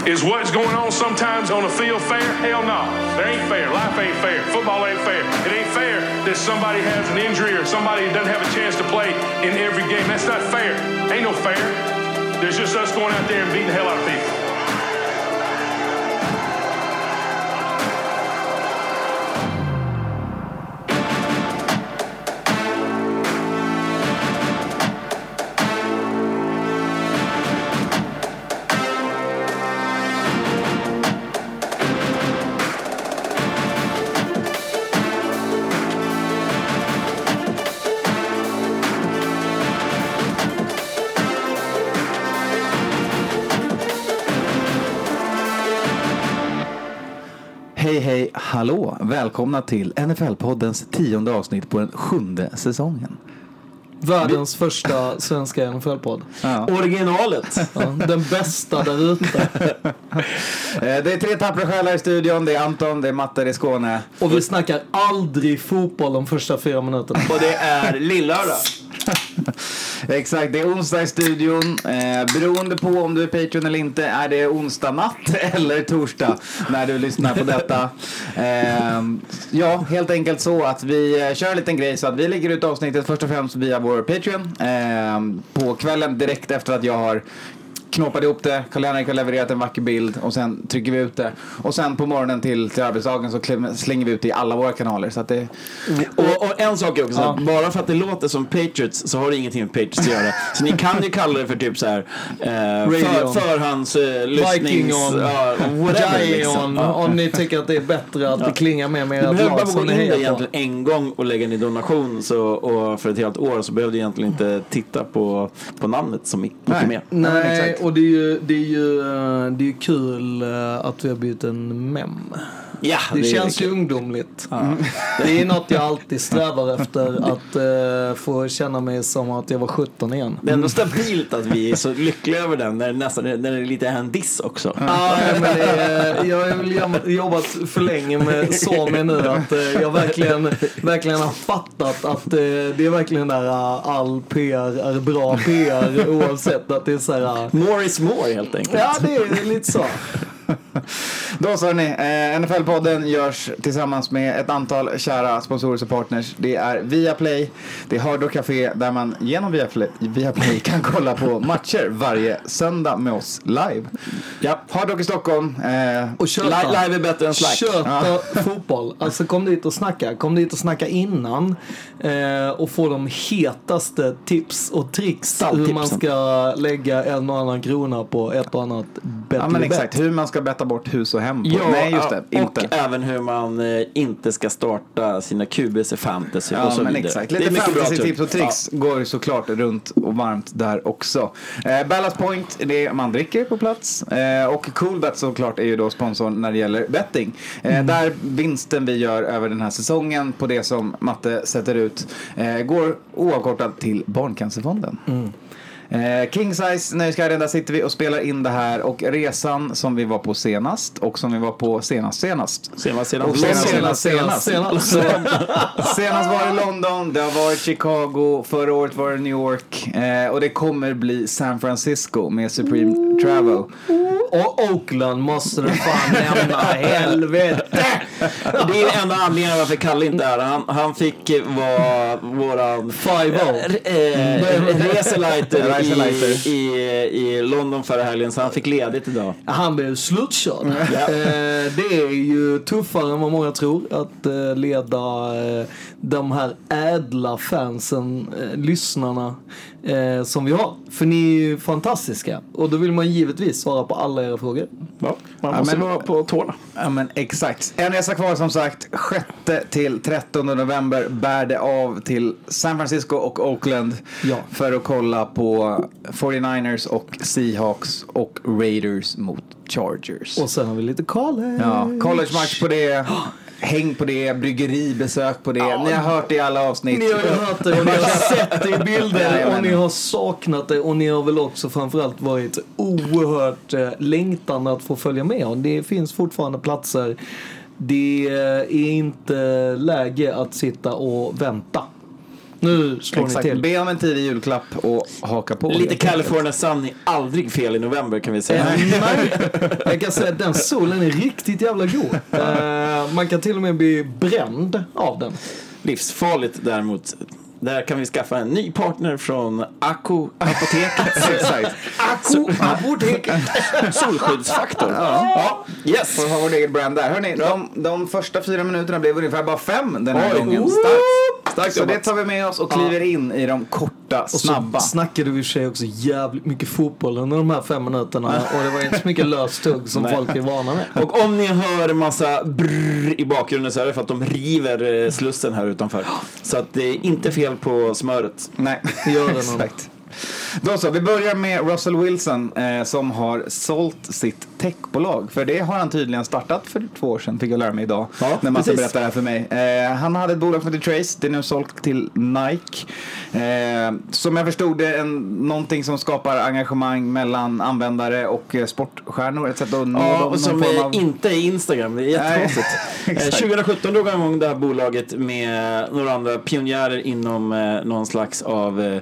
Is what's going on sometimes on the field fair? Hell no. There ain't fair. Life ain't fair. Football ain't fair. It ain't fair that somebody has an injury or somebody doesn't have a chance to play in every game. That's not fair. Ain't no fair. There's just us going out there and beating the hell out of people. Hej, hallå! Välkomna till NFL-poddens 10:e avsnitt på den 7:e säsongen. Världens första svenska NFL-podd. Ja. Originalet. Ja, den bästa där ute. Det är 3 tappra själar i studion. Det är Anton, det är Matte, det är Skåne. Och vi snackar aldrig fotboll de första 4 minuterna. Och det är lillördag. Exakt, det är onsdag i studion. Beroende på om du är Patreon eller inte är det onsdag natt eller torsdag när du lyssnar på detta. Ja, helt enkelt så att vi kör en liten grej så att vi lägger ut avsnittet först och främst via vår Patreon på kvällen direkt efter att jag har knoppade ihop det, Karl-Henrik har levererat en vacker bild och sen trycker vi ut det och sen på morgonen till arbetsdagen så slänger vi ut det i alla våra kanaler så att det... och en sak är också, bara för att det låter som Patriots så har det ingenting med Patriots att göra. Så ni kan ju kalla det för typ så här förhands lyssnings Gion, om ni tycker att det är bättre att det klingar med ert lag som ni hejar på. Egentligen en gång och lägga en donation så, och för ett helt år så behövde egentligen inte titta på namnet som gick med. Nej, och det är ju kul att vi har bytt en mem. Ja, det känns ju ungdomligt. Det är något jag alltid strävar efter, att få känna mig som att jag var 17 igen. Det är ändå stabilt att vi är så lyckliga över den när det är lite en diss också. Ja, men jag har jobbat för länge med Sami nu att jag verkligen har fattat att det är verkligen där all PR är bra PR oavsett att det är så här more is more helt enkelt. Ja, det är lite så. Då så ni, NFL-podden görs tillsammans med ett antal kära sponsorer och partners. Det är Viaplay, det är Hard Rock Café där man genom Viaplay kan kolla på matcher varje söndag med oss live. Ja, Hard Rock i Stockholm. Och live är bättre än Slack. Köta fotboll. Alltså kom dit och snacka innan och få de hetaste tips och tricks hur man ska lägga en och annan krona på ett och annat bett. Ja, men exakt, hur man ska betta bort hus och hem på. Ja, nej, just det, inte. Och även hur man inte ska starta sina QBs i fantasy och så men vidare. Exakt. Lite fantasy-tips och tricks går såklart runt och varmt där också. Ballast Point, det är man dricker på plats. Och Coolbet såklart är ju då sponsorn när det gäller betting. Där vinsten vi gör över den här säsongen på det som Matte sätter ut går oavkortat till Barncancerfonden. King Size Nöjesguiden, där sitter vi och spelar in det här och resan som vi var på senast och som vi var på senast Senast var det London, det har varit Chicago, förra året var det New York och det kommer bli San Francisco med Supreme Travel. Och Oakland måste du fan nämna, helvete! Det är enda anledningen varför Kalle inte är här. Han fick vara våran 5-0 reselighter i London förra helgen, så han fick ledigt idag. Han blev slutkörd. Det är ju tuffare än vad många tror att leda de här ädla fansen, lyssnarna som vi har. För ni är ju fantastiska. Och då vill man givetvis svara på alla era frågor. Ja, man måste vara på tårna. Ja, men exakt. En resa kvar som sagt. 6 till 13 november bär det av till San Francisco och Oakland för att kolla på 49ers och Seahawks och Raiders mot Chargers. Och sen har vi lite college. Ja, college-match på det. Häng på det, bryggeribesök på det. Ni har hört det i alla avsnitt. Ni har ju hört det och ni har sett det i bilder och ni har saknat det och ni har väl också framförallt varit oerhört längtande att få följa med. Och det finns fortfarande platser. Det är inte läge att sitta och vänta. Nu slår ni till. Be om en tidig julklapp och haka på. Lite California Sun är aldrig fel i november, kan vi säga. Nej, jag kan säga att den solen är riktigt jävla god. Man kan till och med bli bränd av den. Livsfarligt däremot. Där kan vi skaffa en ny partner från Apoteket. Exakt. Apoteket. Solskyddsfaktor. Ja. Yes. Får ha vår egen brand där. Hörrni, de första 4 minuterna blev ungefär bara 5 den här gången. Starkt. Så det tar vi med oss och kliver in i de korta, snabba. Och så snackade vi i sig också jävligt mycket fotboll under de här 5 minuterna. Och det var inte så mycket löstugg som folk är vana med. Och om ni hör en massa brrr i bakgrunden så är det för att de river slussen här utanför. Så att det är inte fel på smöret. Nej, gör det exakt. Då så, vi börjar med Russell Wilson som har sålt sitt techbolag. För det har han tydligen startat för 2 år sedan, fick jag lära mig idag. Ja, när man berättar det här för mig. Han hade ett bolag som heter Trace, det är nu sålt till Nike. Som jag förstod det, någonting som skapar engagemang mellan användare och sportstjärnor. Ett sätt att nå dem, och som inte är Instagram, det är jättekonstigt. 2017 drog han igång det här bolaget med några andra pionjärer inom någon slags av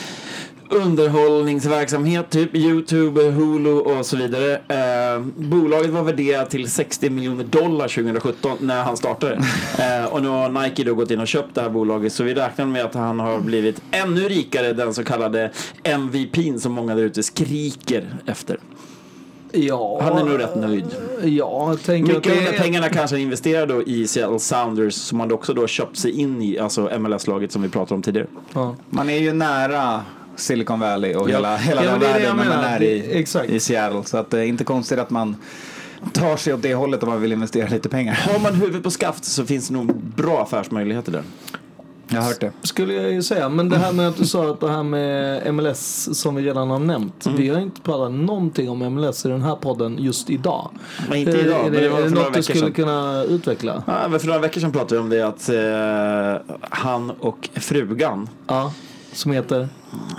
underhållningsverksamhet, typ YouTube, Hulu och så vidare. Bolaget var värderat till $60 miljoner 2017 när han startade. Och nu har Nike då gått in och köpt det här bolaget, så vi räknar med att han har blivit ännu rikare, den så kallade MVP:n som många där ute skriker efter. Ja, han är nog rätt nöjd. Ja, jag tänker mycket av de här pengarna kanske investerade då i Seattle Sounders, som man också då köpt sig in i, alltså MLS-laget som vi pratade om tidigare. Ja. Man är ju nära Silicon Valley och hela den världen när man är i Seattle. Så att det är inte konstigt att man tar sig åt det hållet om man vill investera lite pengar. Har man huvudet på skaft så finns det nog bra affärsmöjligheter där. Jag har hört det. Skulle jag ju säga. Men det här med att du sa att det här med MLS som vi redan har nämnt. Vi har inte pratat någonting om MLS i den här podden just idag. Men inte idag. Är det något du skulle kunna utveckla? Ja, men för några veckor sedan pratade vi om det att han och frugan. Ja. Som heter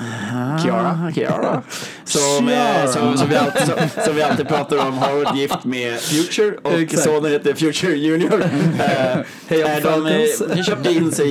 Kiara. Som vi alltid pratar om, har varit gift med Future och sonen heter Future Junior. De köpte in sig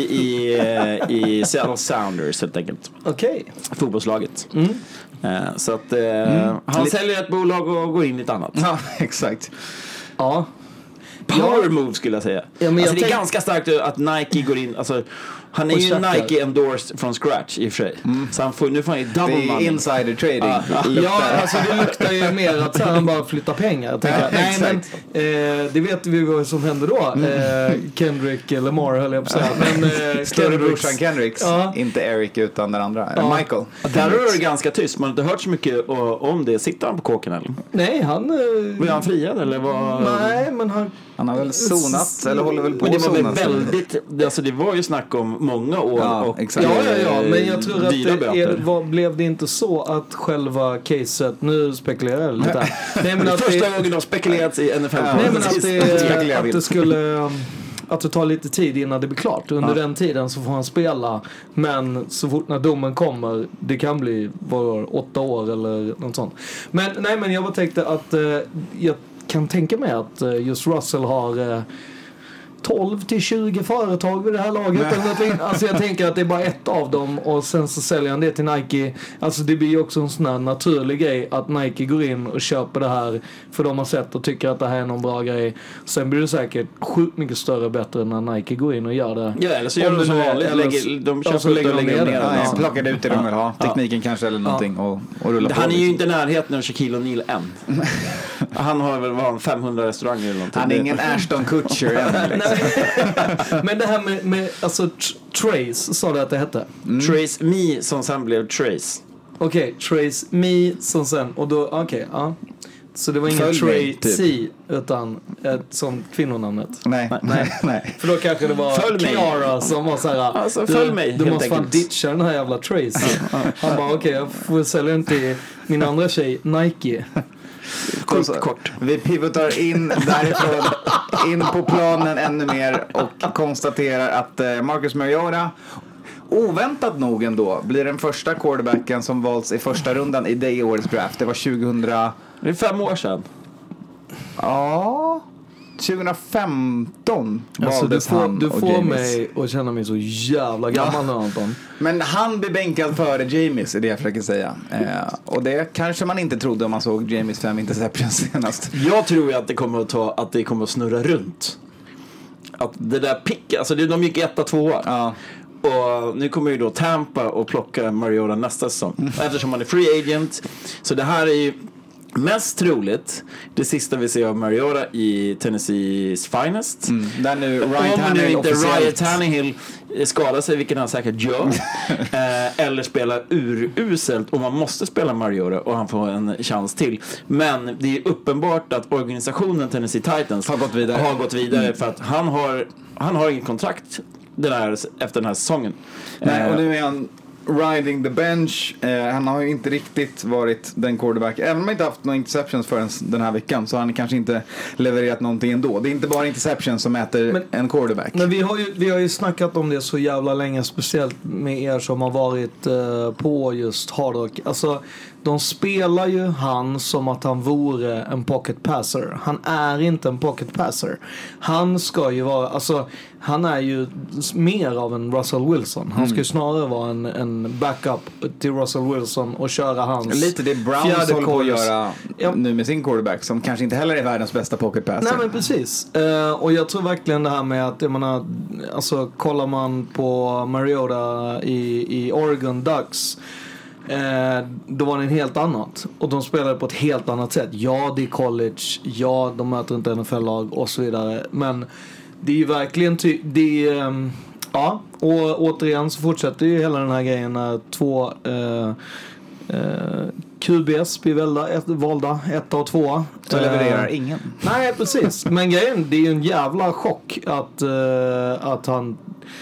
i Seattle Sounders helt enkelt. Okej. Fotbollslaget. Så att han säljer ett bolag och går in i ett annat. Ja, exakt. Ja. Power move skulle jag säga. Ja, men alltså det är ganska starkt att Nike går in, alltså han är ju Nike endorsed från scratch i och för sig. Så han får, nu får han ju double money. Det är insider trading. Ja, alltså det luktar ju mer att han bara flyttar pengar. Nej, men det vet vi vad som händer då. Kendrick eller Lamar höll jag på att säga. Men större brorsan Kendricks. Inte Eric utan den andra. Michael. Där är det ganska tyst. Man har inte hört så mycket om det. Sitter han på kåken eller? Nej, han... Var han friad eller var... Nej, men han har väl sonat eller håller väl på. Men det var väl väldigt, alltså det var ju snack om många år och exakt. Ja, men jag tror att blev det inte så att själva caset, nu spekulerar jag lite här. Nej, men att första gången de spekulerats i NFL. Nej, men att det skulle att det tar lite tid innan det blir klart. Under den tiden så får han spela, men så fort när domen kommer, det kan bli 8 år eller något sånt. Men nej, men jag bara tänkte att jag kan tänka mig att just Russell har 12-20 företag vid det här laget. Alltså jag tänker att det är bara ett av dem och sen så säljer han det till Nike. Alltså det blir ju också en sån här naturlig grej att Nike går in och köper det här för de har sett och tycker att det här är någon bra grej. Sen blir det säkert sjukt mycket större och bättre när Nike går in och gör det. Ja, eller så gör de som vanligt. De köper ut och lägger ner det. Plockar ut det de vill ha. Tekniken kanske eller någonting och rullar på. Han är ju inte i närheten av Shaquille O'Neal än. Han har väl 500 restauranger eller någonting. Han är ingen Ashton Kutcher än liksom. Men det här med alltså Trace sa du att det hette? Trace Me som sen blev Trace. Okej, Trace Me som sen och då så det var ingen Tracy utan ett som kvinnonamnet. Nej. För då kanske det var Kiara som var så här. Alltså följ mig. Du måste fan ditcha den här jävla Tracy. Han bara okej, jag får sälja den till min andra tjej Nike. Kort. Vi pivotar in därifrån in på planen ännu mer och konstaterar att Marcus Mariota oväntat nog ändå blir den första quarterbacken som valts i första rundan i det årets draft. Det var 2000. Det är 5 år sedan. Ja. 2015 Alltså, valdes han du och får James. mig att känna mig så jävla gammal nu, Anton. Men han blev bänkad före James, är det jag försöker säga. Och det kanske man inte trodde om man såg James 5 interceptions senast. Jag tror ju att det kommer att snurra runt. Att det där alltså de gick 1-2. Ja. Och nu kommer ju då Tampa och plocka Mariota nästa säsong. Eftersom han är free agent. Så det här är ju mest troligt det sista vi ser av Mariota i Tennessees finest. Där nu Om Ryan nu Tannehill inte Ryan officiellt. Tannehill skadar sig, vilket han säkert gör, eller spelar uruselt och man måste spela Mariota och han får en chans till. Men det är uppenbart att organisationen Tennessee Titans har gått vidare, för att han har inget kontrakt efter den här säsongen. Nej, och nu är han riding the bench. Han har ju inte riktigt varit den quarterback. Även om han inte haft några interceptions förrän den här veckan, så har han kanske inte levererat någonting ändå. Det är inte bara interceptions som mäter en quarterback. Men vi har ju snackat om det så jävla länge, speciellt med er som har varit på just Hard Rock. Alltså, de spelar ju han som att han vore en pocket passer. Han är inte en pocket passer. Han ska ju vara, alltså, han är ju mer av en Russell Wilson. Han ska ju snarare vara en backup till Russell Wilson och köra hans lite det Browns håller på att göra nu med sin quarterback, som kanske inte heller är världens bästa pocket passer. Nej, men precis. Och jag tror verkligen det här med att, jag menar, alltså, kollar man på Mariota i Oregon Ducks, då var det en helt annat. Och de spelade på ett helt annat sätt. Ja, det är college. Ja, de möter inte NFL-lag och så vidare. Men det är ju verkligen ja, och återigen så fortsätter ju hela den här grejen när två QBs blir valda 1 och 2. Så levererar ingen. Nej, precis. Men grejen, det är ju en jävla chock att han,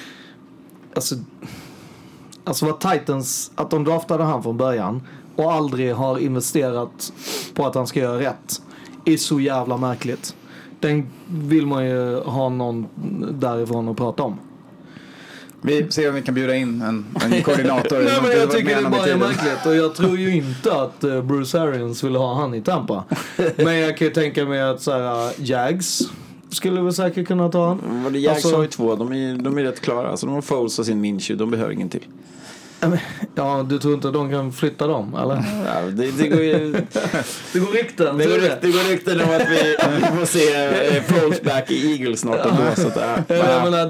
alltså vad Titans, att de draftade han från början och aldrig har investerat på att han ska göra rätt, är så jävla märkligt. Den vill man ju ha någon därifrån att prata om. Vi ser om vi kan bjuda in en koordinator. Nej, men jag tycker det bara är märkligt. Och jag tror ju inte att Bruce Arians vill ha han i Tampa. Men jag kan ju tänka mig att så här, Jags skulle väl säkert kunna ta han. Jags har ju 2. De är rätt klara. Alltså, de har Foles och sin Minshew. De behöver ingen till. Ja, du tror inte att de kan flytta dem, eller? Ja, det går ju... Det går rykten. Det går rykten om att vi får se Foles back i Eagles snart. Jag menar,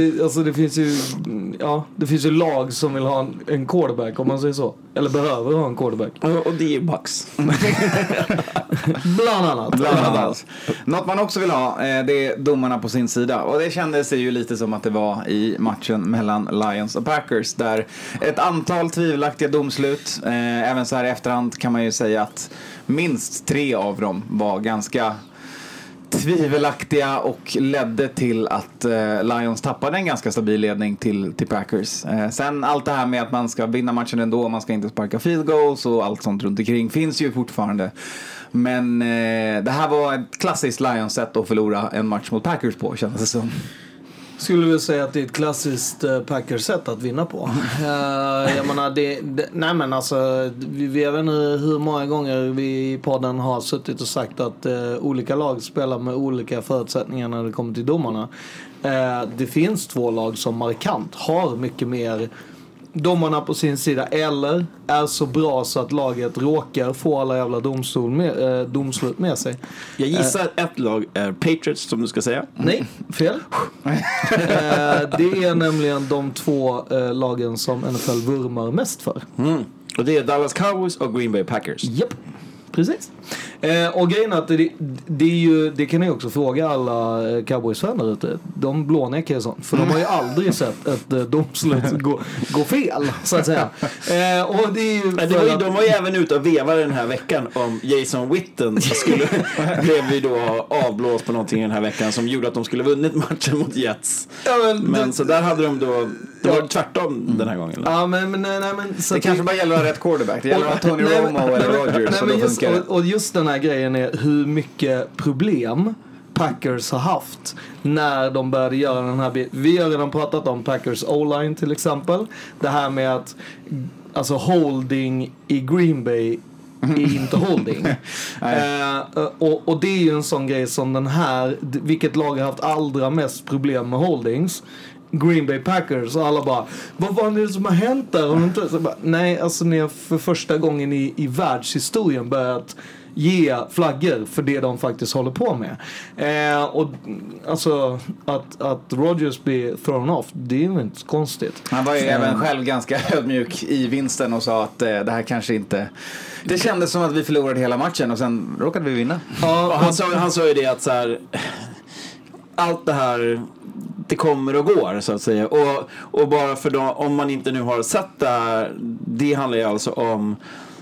det finns ju lag som vill ha en quarterback, om man säger så. Eller behöver ha en quarterback. Och det är Bucks. Bland annat. Något man också vill ha, det är domarna på sin sida. Och det kändes ju lite som att det var i matchen mellan Lions och Packers, där ett antal tvivelaktiga domslut, även så här i efterhand kan man ju säga att minst 3 av dem var ganska tvivelaktiga och ledde till att Lions tappade en ganska stabil ledning till Packers. Sen allt det här med att man ska vinna matchen ändå, man ska inte sparka field goals och allt sånt runt omkring finns ju fortfarande. Men det här var ett klassiskt Lions sätt att förlora en match mot Packers på, känns det som. Skulle väl säga att det är ett klassiskt Packers-sätt att vinna på. Jag menar, nej men alltså, vi vet inte hur många gånger vi i podden har suttit och sagt att olika lag spelar med olika förutsättningar när det kommer till domarna. Det finns 2 lag som markant har mycket mer domarna på sin sida, eller är så bra så att laget råkar få alla jävla domslut med sig. Jag gissar att ett lag är Patriots, som du ska säga. Nej, fel. Det är nämligen de 2 lagen som NFL vurmar mest för. Och det är Dallas Cowboys och Green Bay Packers. Japp, precis. Och grejen är att det kan jag också fråga alla Cowboys-vänner ute. De blånäcker och sånt. För de har ju aldrig sett ett domslut gå fel, så att säga. Och det är ju de var ju även ute och vevade den här veckan om Jason Witten blev ju då avblåst på någonting den här veckan som gjorde att de skulle vunnit matchen mot Jets. Ja, men så där hade de då, det var tvärtom den här gången. Ja, men så det kanske bara gäller att ha rätt quarterback. Det gäller att ha Tony Romo eller Rodgers, så då funkar det. Och just den här grejen är hur mycket problem Packers har haft när de började göra den här vi har redan pratat om Packers O-line till exempel. Det här med att, alltså, holding i Green Bay är inte holding. Och det är ju en sån grej som den här, vilket lag har haft allra mest problem med holdings? Green Bay Packers, och alla bara, vad var det som har hänt där? Och inte, så bara, nej, alltså ni har för första gången i världshistorien börjat ge flaggor för det de faktiskt håller på med. Och alltså att Rodgers blir thrown off, det är ju inte konstigt. Han var ju även själv ganska ödmjuk i vinsten och sa att det här kanske inte... Det kändes som att vi förlorade hela matchen och sen råkade vi vinna. Ja, han sa ju det att så här, allt det här, det kommer och går så att säga. Och bara för då, om man inte nu har sett det här, det handlar ju alltså om,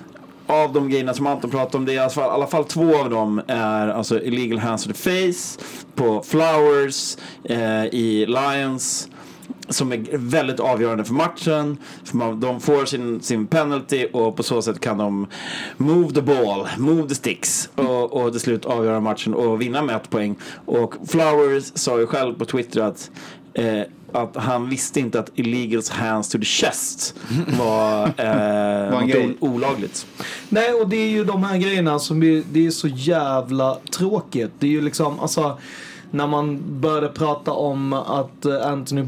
av de grejerna som Anton pratade om, det är i alla fall 2 av dem är alltså illegal hands to the face på Flowers i Lions, som är väldigt avgörande för matchen. För de får sin penalty och på så sätt kan de move the ball, move the sticks och till slut avgöra matchen och vinna med 1 poäng. Och Flowers sa ju själv på Twitter att han visste inte att illegals hands to the chest var något olagligt. Nej, och det är ju de här grejerna som det är så jävla tråkigt. Det är ju liksom, alltså, när man började prata om att Anthony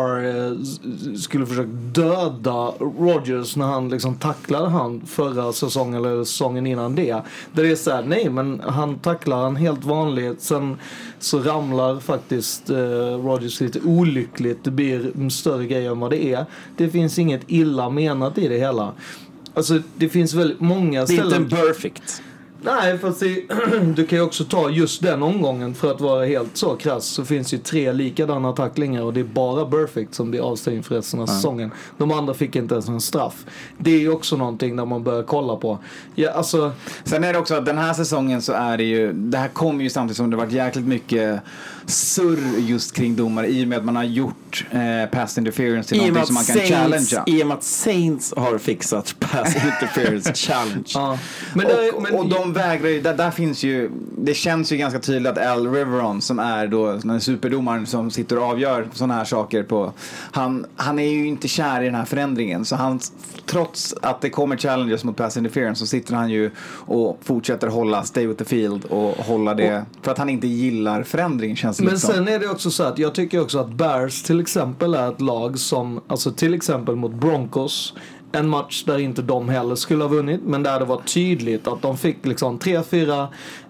Barr skulle försöka döda Rodgers när han liksom tacklade han förra säsongen eller säsongen innan det. Där det är så här, nej, men han tacklar han helt vanligt. Sen så ramlar faktiskt Rodgers lite olyckligt. Det blir en större grej än vad det är. Det finns inget illa menat i det hela. Alltså, det finns väldigt många ställen. Det är inte perfect. Nej, för att du kan ju också ta just den omgången, för att vara helt så krass, så finns ju 3 likadana tacklingar och det är bara Perfect som blir avstängd för resten av säsongen. De andra fick inte ens en straff. Det är ju också någonting där man börjar kolla på. Ja, alltså... Sen är det också att den här säsongen så är det ju, det här kommer ju samtidigt som det varit jäkligt mycket surr just kring domare i och med att man har gjort pass interference till någonting som man kan challengea. I och med att Saints har fixat pass interference challenge. Ja. Och de vägrar ju, där finns ju, det känns ju ganska tydligt att Al Riveron, som är då den superdomaren som sitter och avgör sådana här saker på, han är ju inte kär i den här förändringen, så han, trots att det kommer challenges mot pass interference, så sitter han ju och fortsätter hålla stay with the field och hålla det, för att han inte gillar förändringen, känns det. Men sen är det också så att jag tycker också att Bears till exempel är ett lag som, alltså till exempel mot Broncos, en match där inte de heller skulle ha vunnit, men där det var tydligt att de fick liksom 3-4,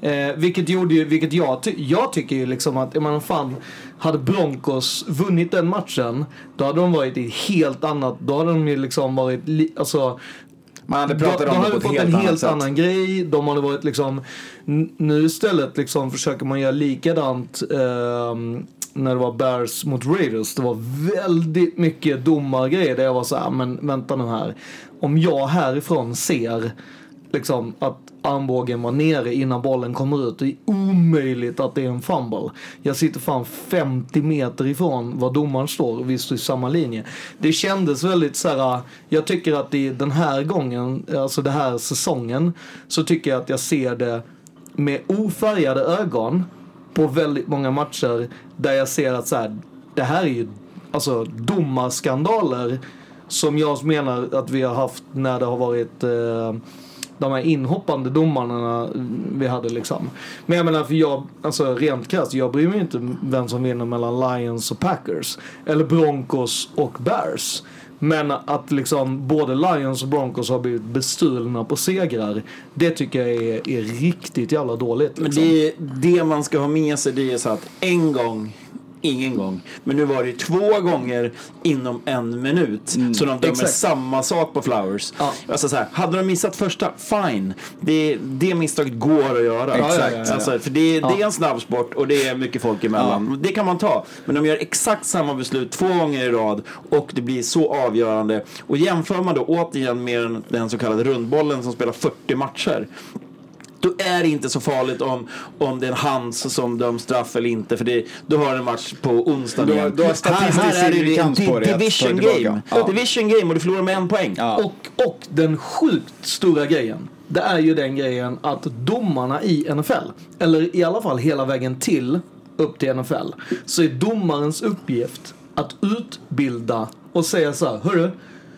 vilket jag tycker ju liksom att, jag menar, fan, hade Broncos vunnit den matchen, då hade de varit i helt annat, då hade de ju liksom varit alltså, man hade pratat om det på ett helt sätt. Annan grej. De hade varit liksom, nu istället liksom försöker man göra likadant när det var Bears mot Raiders. Det var väldigt mycket domargrejer där jag var så här, men vänta nu här. Om jag härifrån ser liksom att armbågen var nere innan bollen kommer ut, det är omöjligt att det är en fumble. Jag sitter fan 50 meter ifrån var domaren står och vi står i samma linje. Det kändes väldigt så här, jag tycker att i den här gången, alltså den här säsongen, så tycker jag att jag ser det med ofärgade ögon på väldigt många matcher där jag ser att så här, det här är ju alltså domarskandaler som jag menar att vi har haft när det har varit de här inhoppande domarna vi hade liksom. Men jag menar, för jag, alltså rent krasst, jag bryr mig inte vem som vinner mellan Lions och Packers eller Broncos och Bears. Men att liksom både Lions och Broncos har blivit bestulna på segrar, det tycker jag är riktigt jävla dåligt liksom. Men det man ska ha med sig, det är så att en gång, ingen gång, men nu var det 2 gånger inom 1 minut så de dömer samma sak på Flowers. Alltså så här, hade de missat första, fine, det misstaget går att göra. Exakt. Alltså, för det är en snabbsport och det är mycket folk emellan. Det kan man ta, men de gör exakt samma beslut 2 gånger i rad och det blir så avgörande. Och jämför man då återigen med den så kallade rundbollen som spelar 40 matcher, då är det inte så farligt om det är en hands som döms straff eller inte, för då har en match på onsdag igen. Då har statistiskt signifikans på det. Division game. Division game och du förlorar med 1 poäng. Ja. Och den sjukt stora grejen, det är ju den grejen att domarna i NFL, eller i alla fall hela vägen till upp till NFL, så är domarens uppgift att utbilda och säga så här, hörru,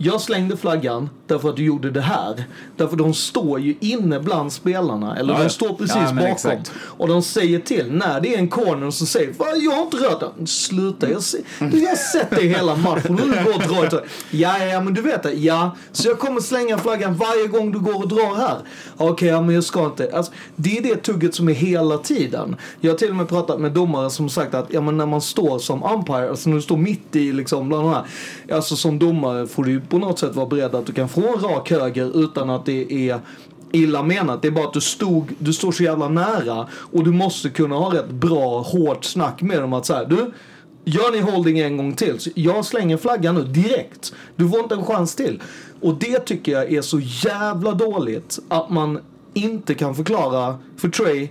jag slängde flaggan därför att du gjorde det här. Därför de står ju inne bland spelarna. Eller de står precis bakom. Exakt. Och de säger till, när det är en corner så säger jag har inte rört den. Sluta, jag har sett det hela matchen. Nu går och drar. Ja, men du vet det. Ja, så jag kommer slänga flaggan varje gång du går och drar här. Okej, men jag ska inte. Alltså, det är det tugget som är hela tiden. Jag har till och med pratat med domare som sagt att men när man står som umpire, alltså när du står mitt i liksom bland de här, alltså som domare får du på något sätt vara beredd att du kan få en rak höger utan att det är illa menat. Det är bara att du står så jävla nära och du måste kunna ha rätt bra hårt snack med dem att säga, du, gör ni holding en gång till, så jag slänger flaggan nu direkt. Du får inte en chans till. Och det tycker jag är så jävla dåligt att man inte kan förklara för Trey,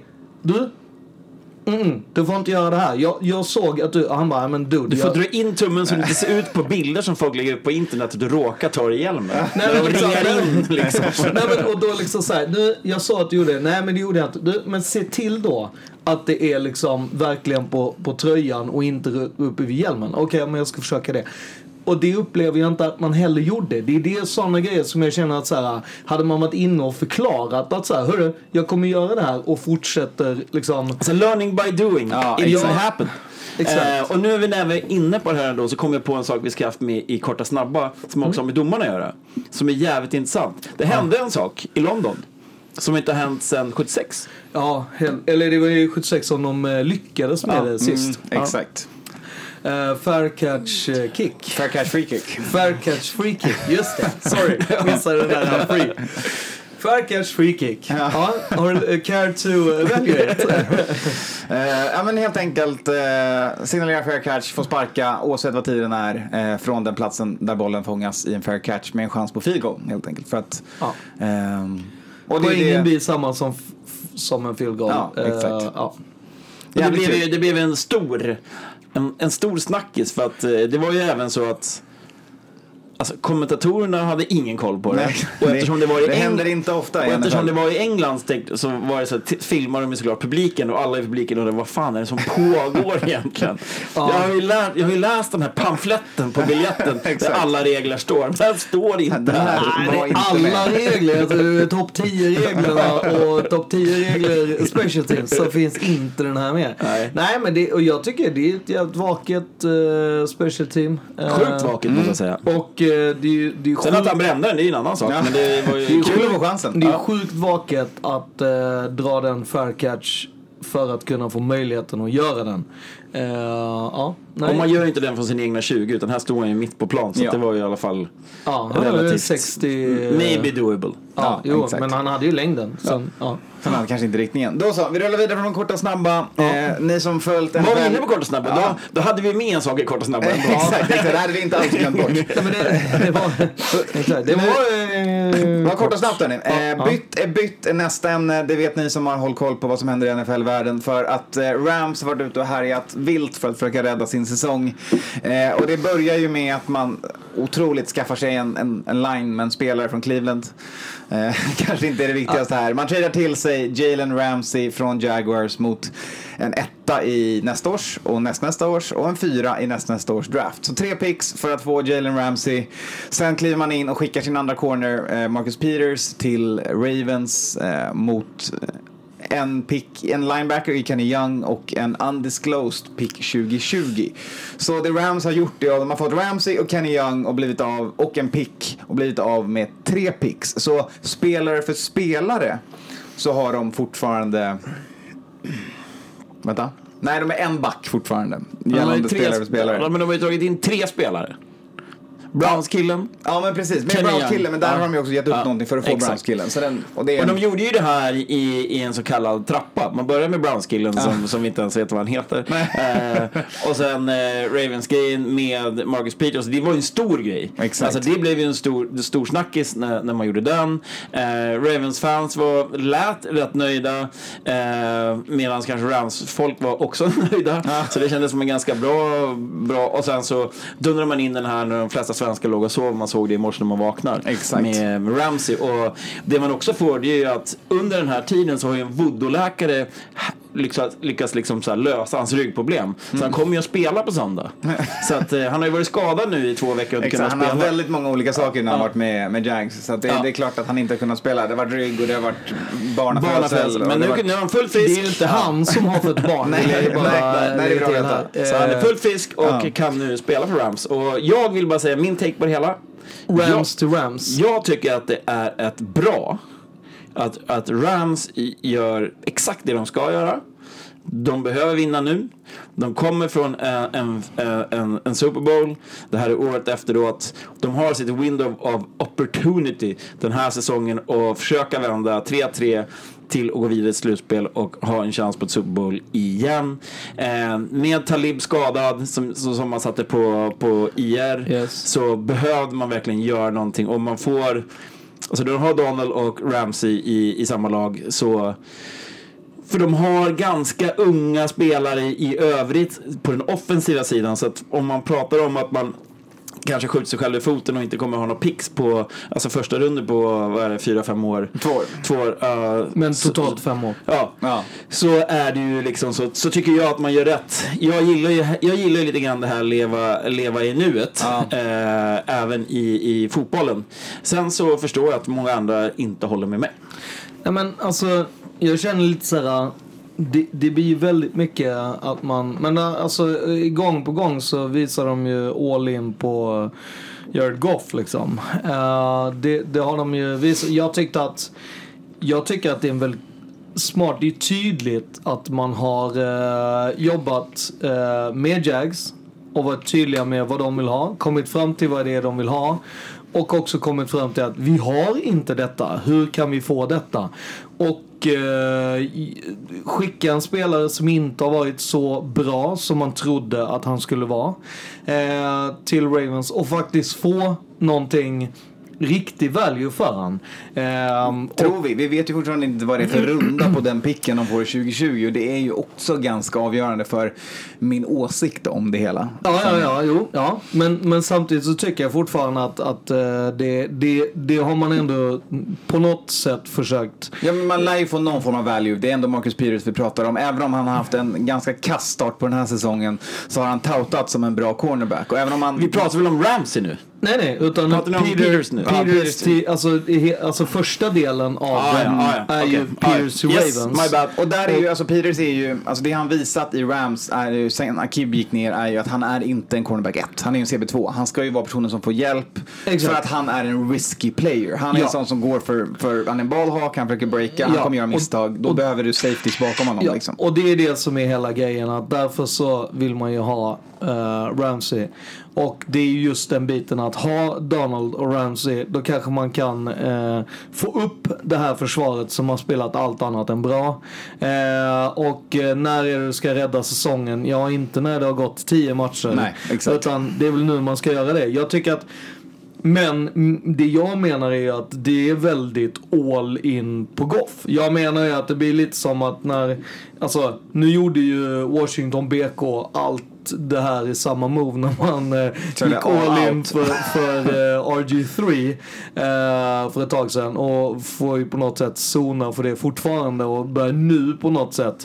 du får inte göra det här. Jag såg att han bara, men du får dra in tummen så det inte ser ut på bilder som folk lägger upp på internet att du råkar ta dig hjälmen. Nej, men och då liksom så här, jag sa att du gjorde det. Nej, men det gjorde jag inte. Men se till då att det är liksom verkligen på tröjan och inte uppe vid hjälmen. Okej, men jag ska försöka det. Och det upplever jag inte att man heller gjorde. Det är sådana grejer som jag känner att så här, hade man varit inne och förklarat att så här, hörru, jag kommer göra det här och fortsätter liksom. Alltså learning by doing. Ja, it doesn't happen. Exakt. Och nu när vi är inne på det här då, så kommer jag på en sak vi ska haft med i korta snabba som också har med domarna att göra. Som är jävligt intressant. Det hände en sak i London som inte har hänt sedan 76. Ja, eller det var ju 76 som de lyckades med det sist. Exakt. Fair catch kick. Fair catch free kick. Fair catch free kick, just det. Sorry, jag missade det där free. Fair catch free kick. Ja, har du care to evaluate? Ja, men helt enkelt signalera fair catch, få sparka oavsett vad tiden är från den platsen där bollen fångas i en fair catch med en chans på field goal, helt enkelt. För att och ingen blir samma som en field goal. Ja, exakt. Det blev en stor snackis för att det var ju även så att alltså, kommentatorerna hade ingen koll på det. Nej, och eftersom det händer inte ofta. Och eftersom det var i England så var det så att filmade de såklart publiken och alla i publiken och vad fan är det som pågår egentligen? Jag har ju läst den här pamfletten på biljetten där alla regler står. Men där står inte här. Alla regler, alltså, topp 10-reglerna och topp 10-regler special teams, så finns inte den här med. Nej, men och jag tycker det är ett jävligt vaket special team. Sjukt vaket måste jag säga. Och det är sen att han brände den, det är en annan sak. Men det var ju kul att få chansen. Det är sjukt vaket att dra den fair catch för att kunna få möjligheten att göra den. Och man gör inte den från sin egna 20, utan här stod han ju mitt på plan, så det var ju i alla fall relativt 60 maybe doable. Men han hade ju längden. Han hade kanske inte riktningen. Då så, vi rullar vidare från de korta snabba. Ni som följt var vi inne på korta snabba? Då hade vi med en sak i korta snabba. Exakt, det hade vi inte alls glömt bort. Det var korta snabbt hörni. Bytt är nästa ämne. Det vet ni som har hållit koll på vad som händer i NFL-världen. För att Rams har varit ute och härjat vilt för att försöka rädda sin säsong. Och det börjar ju med att man otroligt skaffar sig en lineman-spelare från Cleveland. Kanske inte är det viktigaste här. Man tradar till sig Jalen Ramsey från Jaguars mot en 1 i nästa års och nästa års och en 4 i nästa års draft. Så 3 picks för att få Jalen Ramsey. Sen kliver man in och skickar sin andra corner Marcus Peters till Ravens mot en pick, en linebacker i Kenny Young och en undisclosed pick 2020. Så det Rams har gjort det, de har fått Ramsey och Kenny Young och blivit av, och en pick och blivit av med 3 picks. Så spelare för spelare så har de fortfarande Nej, de är en back fortfarande. Gällande spelare för spelare. Ja, men de har ju tagit in 3 spelare. Browns-killen. Ja, men precis. Med Browns-killen, men där har de ju också gett upp någonting för att få Browns-killen. Så och de gjorde ju det här i en så kallad trappa. Man börjar med Browns-killen som vi inte ens vet vad han heter. Och sen Ravens-grejen med Marcus Peters. Det var ju en stor grej. Exakt. Alltså, det blev ju en stor snackis när man gjorde den. Ravens-fans lät rätt nöjda. Medan kanske Rams-folk var också nöjda. Så det kändes som en ganska bra. Och sen så dundrade man in den här när de flesta svenska låg och sov. Man såg det i morse när man vaknar. Exakt. Med Ramsey. Och det man också får, det är ju att under den här tiden så har ju en voodoo-läkare lyckas liksom så här lösa hans ryggproblem. Så han kommer ju att spela på söndag. Så att, han har ju varit skadad nu i 2 veckor och inte kunnat spela. Han har väldigt många olika saker när han varit med Jags. Så att det är klart att han inte har kunnat spela. Det har varit rygg och det har varit barnafödsel. Men nu är han fullt frisk. Det är ju inte han som har fått barn. Nej, det är bra att veta. Så han är fullt frisk och kan nu spela för Rams. Och jag vill bara säga min take på det hela. Rams to Rams. Jag tycker att det är ett bra att Rams gör exakt det de ska göra. De behöver vinna nu. De kommer från en Super Bowl. Det här är året efteråt. De har sitt window of opportunity den här säsongen och försöka vända 3-3 till att gå vidare i slutspel och ha en chans på ett Super Bowl igen. Med Talib skadad som man satte på IR, så behövde man verkligen göra någonting. Och man får, alltså de har Donald och Ramsey i samma lag, så för de har ganska unga spelare i övrigt på den offensiva sidan, så att om man pratar om att man kanske skjuter sig själv i foten och inte kommer ha några picks på, alltså första runden på 4-5 år. 2 år. Men totalt 5 år. Ja. Så är det ju liksom så tycker jag att man gör rätt. Jag gillar ju lite grann det här leva i nuet. Även i fotbollen. Sen så förstår jag att många andra inte håller med mig. Ja, men alltså jag känner lite så här. Det blir väldigt mycket att man, men alltså gång på gång så visar de ju all in på Jared Goff liksom. Det har de ju visat. Jag tycker att det är en väldigt smart, det är tydligt att man har jobbat med Jags och varit tydliga med vad de vill ha, kommit fram till vad det är de vill ha. Och också kommit fram till att vi har inte detta. Hur kan vi få detta? Och skicka en spelare som inte har varit så bra som man trodde att han skulle vara till Ravens och faktiskt få någonting riktig value för han. Tror vi vet ju fortfarande inte vad det är för runda på den picken de får 2020, och det är ju också ganska avgörande för min åsikt om det hela. Ja. Men samtidigt så tycker jag fortfarande att det har man ändå på något sätt försökt. Ja, men man lär ju få någon form av value. Det är ändå Marcus Peters vi pratar om. Även om han har haft en ganska kass start på den här säsongen, så har han toutat som en bra cornerback. Och även om vi pratar väl om Ramsey nu? Nej, utan Peters nu. Peters alltså första delen av den är ju Peters Ravens. Yes, my bad. Och där är ju, alltså Peters är ju, alltså det han visat i Rams är ju, sen Akib gick ner, är ju att han är inte en cornerback 1. Han är ju en CB2. Han ska ju vara personen som får hjälp. Exakt. För att han är en risky player. Han är en sån som går för han är en bollhak, han försöker breaka, han kommer göra misstag. Då behöver du safeties bakom honom liksom. Och det är det som är hela grejen, att därför så vill man ju ha Ramsey. Och det är ju just den biten att ha Donald och Ramsey, då kanske man kan få upp det här försvaret som har spelat allt annat än bra. Och när är det du ska rädda säsongen? Ja, inte när det har gått 10 matcher. Nej, exakt. Utan det är väl nu man ska göra det. Jag tycker att, men det jag menar är att det är väldigt all in på Goff. Jag menar ju att det blir lite som att alltså nu gjorde ju Washington BK allt det här i samma move när man gick all in för RG3 för ett tag sedan, och får ju på något sätt zona för det fortfarande och börjar nu på något sätt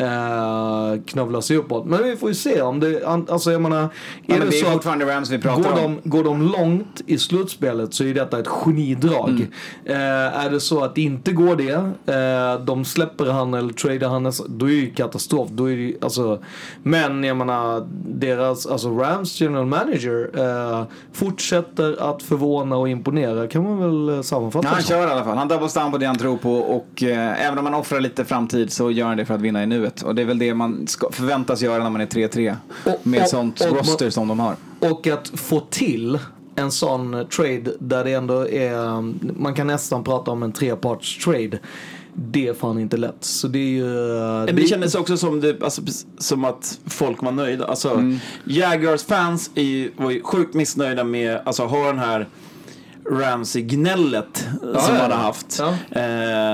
knövla sig uppåt. Men vi får ju se om det, alltså jag menar, är det så fortfarande Rams vi pratar om. Går de långt i slutspelet så är detta ett genidrag. Är det så att det inte går det, de släpper han eller tradar han, då är det ju katastrof. Då är det, alltså, men jag menar, deras, alltså Rams general manager fortsätter att förvåna och imponera, kan man väl sammanfatta. Han kör i alla fall, han double down på det han tror på, och även om man offrar lite framtid så gör han det för att vinna i nuet, och det är väl det man förväntas göra när man är 3-3 med sånt roster som de har. Och att få till en sån trade där det ändå är, man kan nästan prata om en 3-parts trade. Det är fan inte lätt. Så det är ju, det kändes också som att folk var nöjda. Alltså, Jaguars fans var ju sjukt missnöjda med, alltså, ha den här Ramsey-gnället som man hade haft.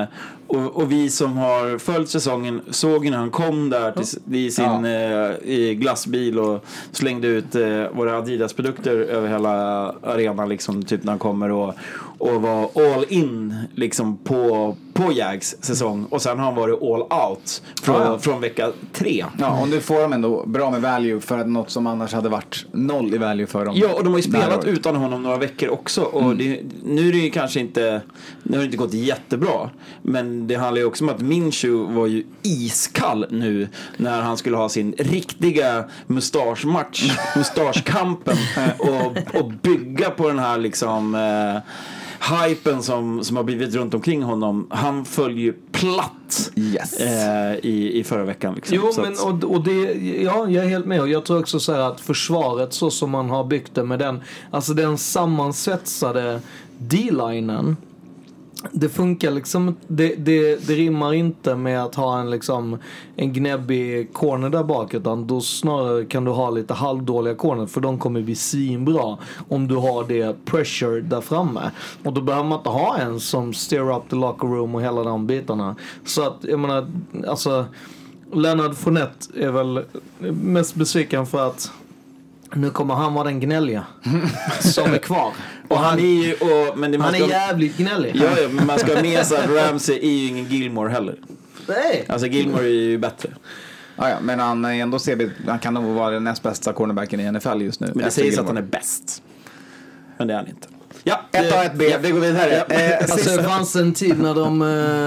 Och vi som har följt säsongen såg när han kom där i sin i glassbil och slängde ut våra Adidas-produkter över hela arenan liksom, typ när han kommer och var all in liksom på Jags säsong, och sen har han varit all out från vecka 3. Ja, och nu får de ändå bra med value för att något som annars hade varit 0 i value för dem. Ja, och de har ju spelat utan honom några veckor också, och nu är det ju kanske inte, nu har det inte gått jättebra, men det handlar ju också om att Minshew var ju iskall nu när han skulle ha sin riktiga mustaschkampen och bygga på den här liksom hypen som har blivit runt omkring honom. Han följer ju platt i förra veckan liksom. Jo, men och det, ja, jag är helt med, och jag tror också så här att försvaret så som man har byggt det med den, alltså den sammansvetsade D-linen, det funkar liksom, det rimmar inte med att ha en gnäbbig corner där bak, utan då snarare kan du ha lite halvdåliga corner, för de kommer bli svinbra om du har det pressure där framme, och då behöver man inte ha en som steer up the locker room och hela de bitarna. Så att jag menar, alltså Leonard Fournette är väl mest besviken för att nu kommer han vara den gnälliga som är kvar. Och han är ju, han är jävligt gnällig. Ja, men man ska ha med sig att Ramsey är ju ingen Gilmore heller. Nej. Alltså Gilmore är ju bättre. Ja, men han är ändå han kan nog vara den näst bästa cornerbacken i NFL just nu. Men det sägs att han är bäst. Men det är han inte. Ja, 1A1B, vi går vidare. Alltså det fanns en tid när de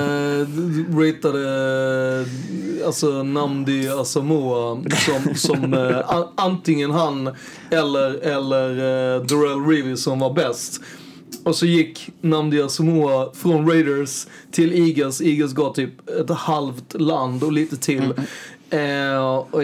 ratade alltså Nnamdi Asamoah som antingen han eller Darrell Reeves som var bäst. Och så gick Nnamdi Asamoah från Raiders till Eagles. Eagles gav typ ett halvt land och lite till. Och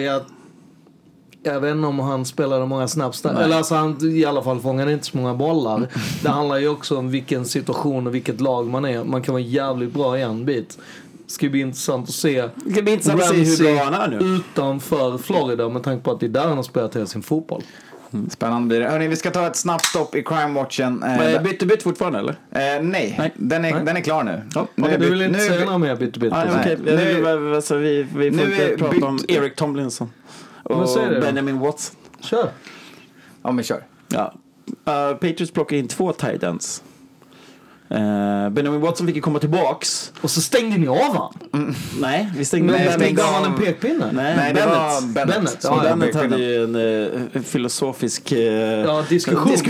jag vet inte om han spelade många snaps där. Eller alltså han i alla fall fångade inte så många bollar. Det handlar ju också om vilken situation och vilket lag man är. Man kan vara jävligt bra i en bit. Det ska bli intressant att se. Det ska bli intressant att se hur bra han är nu. Utanför Florida, med tanke på att det är där han har spelat hela sin fotboll. Spännande blir det. Hörrni, vi ska ta ett snabbt stopp i Crime-watchen. Bytt fortfarande, eller? Nej. Den är klar nu. Du vill inte säga något mer bytt? Vi får inte prata om Eric Tomlinson och Benjamin Watson. Kör. Ja, men kör. Ja. Patriots plockar in 2 tight ends. Benjamin Watson fick ju komma tillbaks. Och så stängde ni av han? Nej, vi stängde av. Men gav han en pekpinne? Nej, det var Bennett. Ja, Bennett hade ju en filosofisk diskussion. Det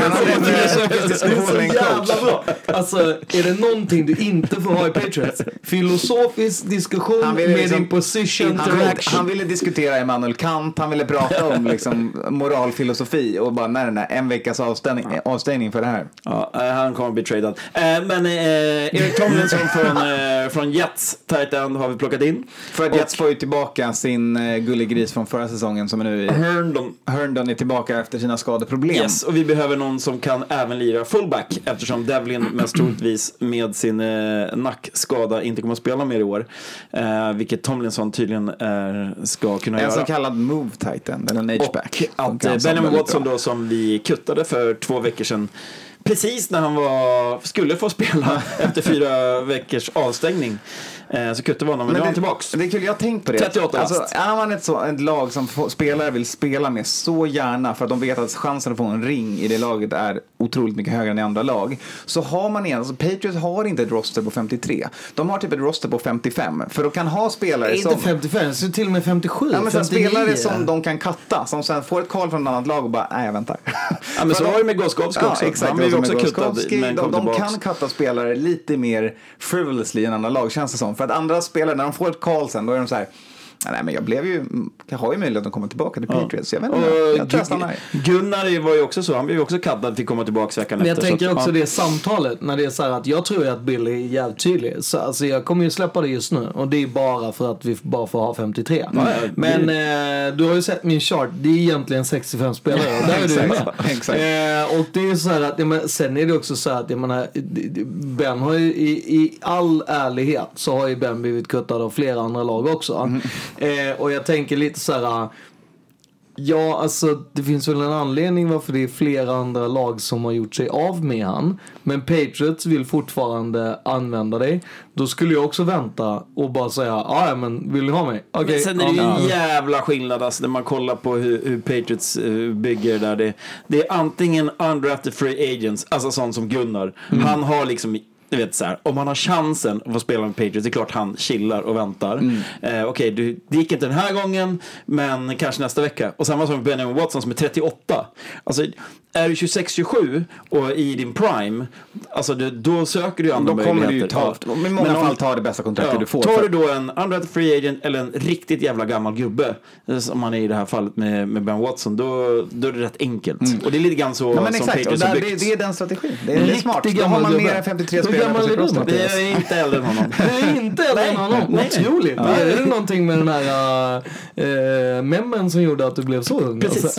är så jävla bra. Alltså, är det någonting du inte får ha i Patriots? Filosofisk diskussion med din position. Han ville diskutera Immanuel Kant. Han ville prata om liksom moralfilosofi. Och bara, nej, en veckas avstängning för det här. Ja, han kommer bli tradad. Men Eric Tomlinson från Jets tight end har vi plockat in. För att Jets får ju tillbaka sin gulligris från förra säsongen som är nu Herndon är tillbaka efter sina skadeproblem. Yes, och vi behöver någon som kan även lira fullback, eftersom Devlin mest troligtvis med sin nackskada inte kommer att spela mer i år. Vilket Tomlinson tydligen ska kunna göra. En så kallad move tight end, eller en H-back. Och att Benjamin Watson då, som vi kuttade för 2 veckor sedan, precis när han skulle få spela efter 4 veckors avstängning, så kuttade vi honom, men nu är han tillbaks. Det är kul, jag har tänkt på det. 38 alltså, är man ett lag som spelare vill spela med så gärna för att de vet att chansen att få en ring i det laget är otroligt mycket högre än i andra lag, så har man igen, alltså Patriots har inte ett roster på 53. De har typ ett roster på 55, för de kan ha spelare som... Inte 55, så till och med 57. Ja, men sen spelare som de kan katta, som sen får ett call från ett annat lag och bara, nej, jag väntar. Ja, men så har det med Gostkowski också. Exakt, han blir också kuttad, men de kan katta spelare lite mer frivolously än andra lag, känns det som. För att andra spelare, när de får ett call sen, då är de så här: nej, men jag har ju möjlighet att komma tillbaka till Patriots. Jag vet inte, jag tror jag stannar. Gunnar var ju också så, han blev ju också kaddad till att komma tillbaka veckan men efter. Men jag tänker också det samtalet, när det är så här att jag tror att Bill är jävligt tydlig. Så, alltså jag kommer ju släppa det just nu, och det är bara för att vi bara får ha 53. Men du har ju sett min chart, det är egentligen 65 spelare, och där är du med. Exakt. Och det är så här att, sen är det också så här att, jag menar, Ben har ju i all ärlighet så har ju Ben blivit kuttad av flera andra lag också. Och jag tänker lite så här, Ja, alltså det finns väl en anledning varför det är flera andra lag som har gjort sig av med han. Men Patriots vill fortfarande använda dig. Då skulle jag också vänta och bara säga, ja men vill du ha mig? Okay, men sen är det ju en jävla skillnad alltså, när man kollar på hur Patriots bygger där. Det är antingen undrafted free agents, alltså sånt som Gunnar. Han har liksom, du vet så här, om han har chansen att få spela med Patriots, det är klart han chillar och väntar. Okej, det gick inte den här gången, men kanske nästa vecka. Och samma som med Benjamin Watson som är 38. Alltså, är du 26-27 och i din prime, alltså då söker du andra möjligheter. Då kommer du ju i många fall ta det bästa kontraktet du får. Tar du då en undrafted free agent eller en riktigt jävla gammal gubbe, som man är i det här fallet med Ben Watson, då är det rätt enkelt. Och det är lite grann så som Patriots har byggt. Det är den strategin. Det är smart. Då har man mer än 53 spelare. Det är inte äldre än honom. Det är inte äldre än honom. Otroligt. Ja. Är det någonting med den här memmen som gjorde att du blev så ung? Precis.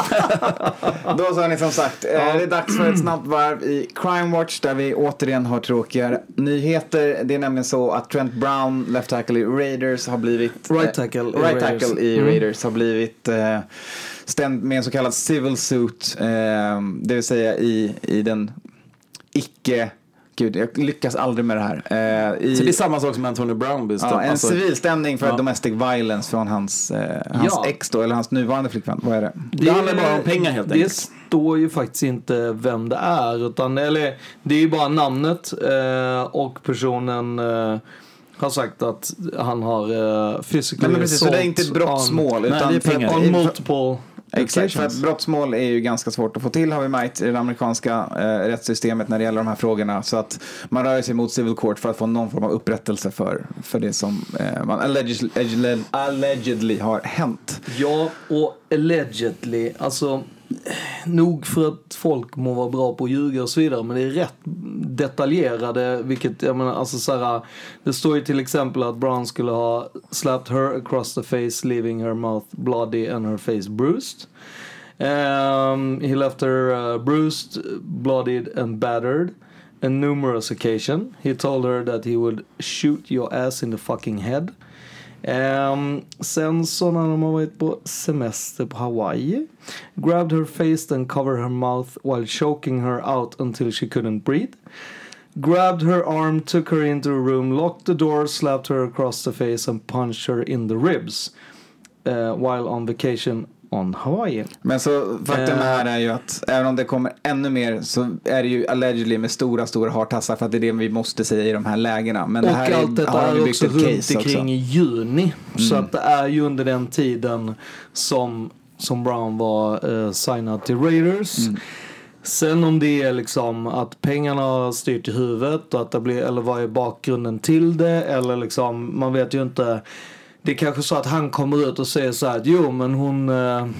Då så har ni som sagt, det är dags för ett snabbt varv i Crime Watch där vi återigen har tråkiga nyheter. Det är nämligen så att Trent Brown, left tackle i Raiders, har blivit right tackle i Raiders har blivit stämd med en så kallad civil suit, det vill säga i den icke... Gud, jag lyckas aldrig med det här. Så det är samma sak som Antonio Brown. En civilstämning för domestic violence från hans ex då, eller hans nuvarande flickvän. Vad är det? Det handlar bara om pengar helt enkelt. Det står ju faktiskt inte vem det är, utan eller det är ju bara namnet och personen har sagt att han har physically men precis, så det är inte ett brottsmål utan det är pengar. On multiple. Exakt, för att brottsmål är ju ganska svårt att få till, har vi märkt, i det amerikanska rättssystemet när det gäller de här frågorna, så att man rör sig mot civil court för att få någon form av upprättelse för det som man allegedly har hänt. Ja, och allegedly, alltså nog för att folk må vara bra på att ljuga och så vidare, men det är rätt detaljerade, vilket jag menar, alltså så här, det står ju till exempel att Brown skulle ha slapped her across the face, leaving her mouth bloody and her face bruised. He left her bruised, bloodied and battered on numerous occasions. He told her that he would shoot your ass in the fucking head. Sen så när de har varit på semester på Hawaii, grabbed her face and covered her mouth while choking her out until she couldn't breathe, grabbed her arm, took her into a room, locked the door, slapped her across the face and punched her in the ribs while on vacation on Hawaii. Men så faktum här är ju att även om det kommer ännu mer så är det ju allegedly med stora hartassar, för att det är det vi måste säga i de här lägena. Men och det här allt detta är också runt omkring i juni. Så att det är ju under den tiden som Brown var signad till Raiders. Sen om det är liksom att pengarna har styrt i huvudet och att det blir, eller vad är bakgrunden till det, eller liksom, man vet ju inte. Det är kanske så att han kommer ut och säger så här: jo men hon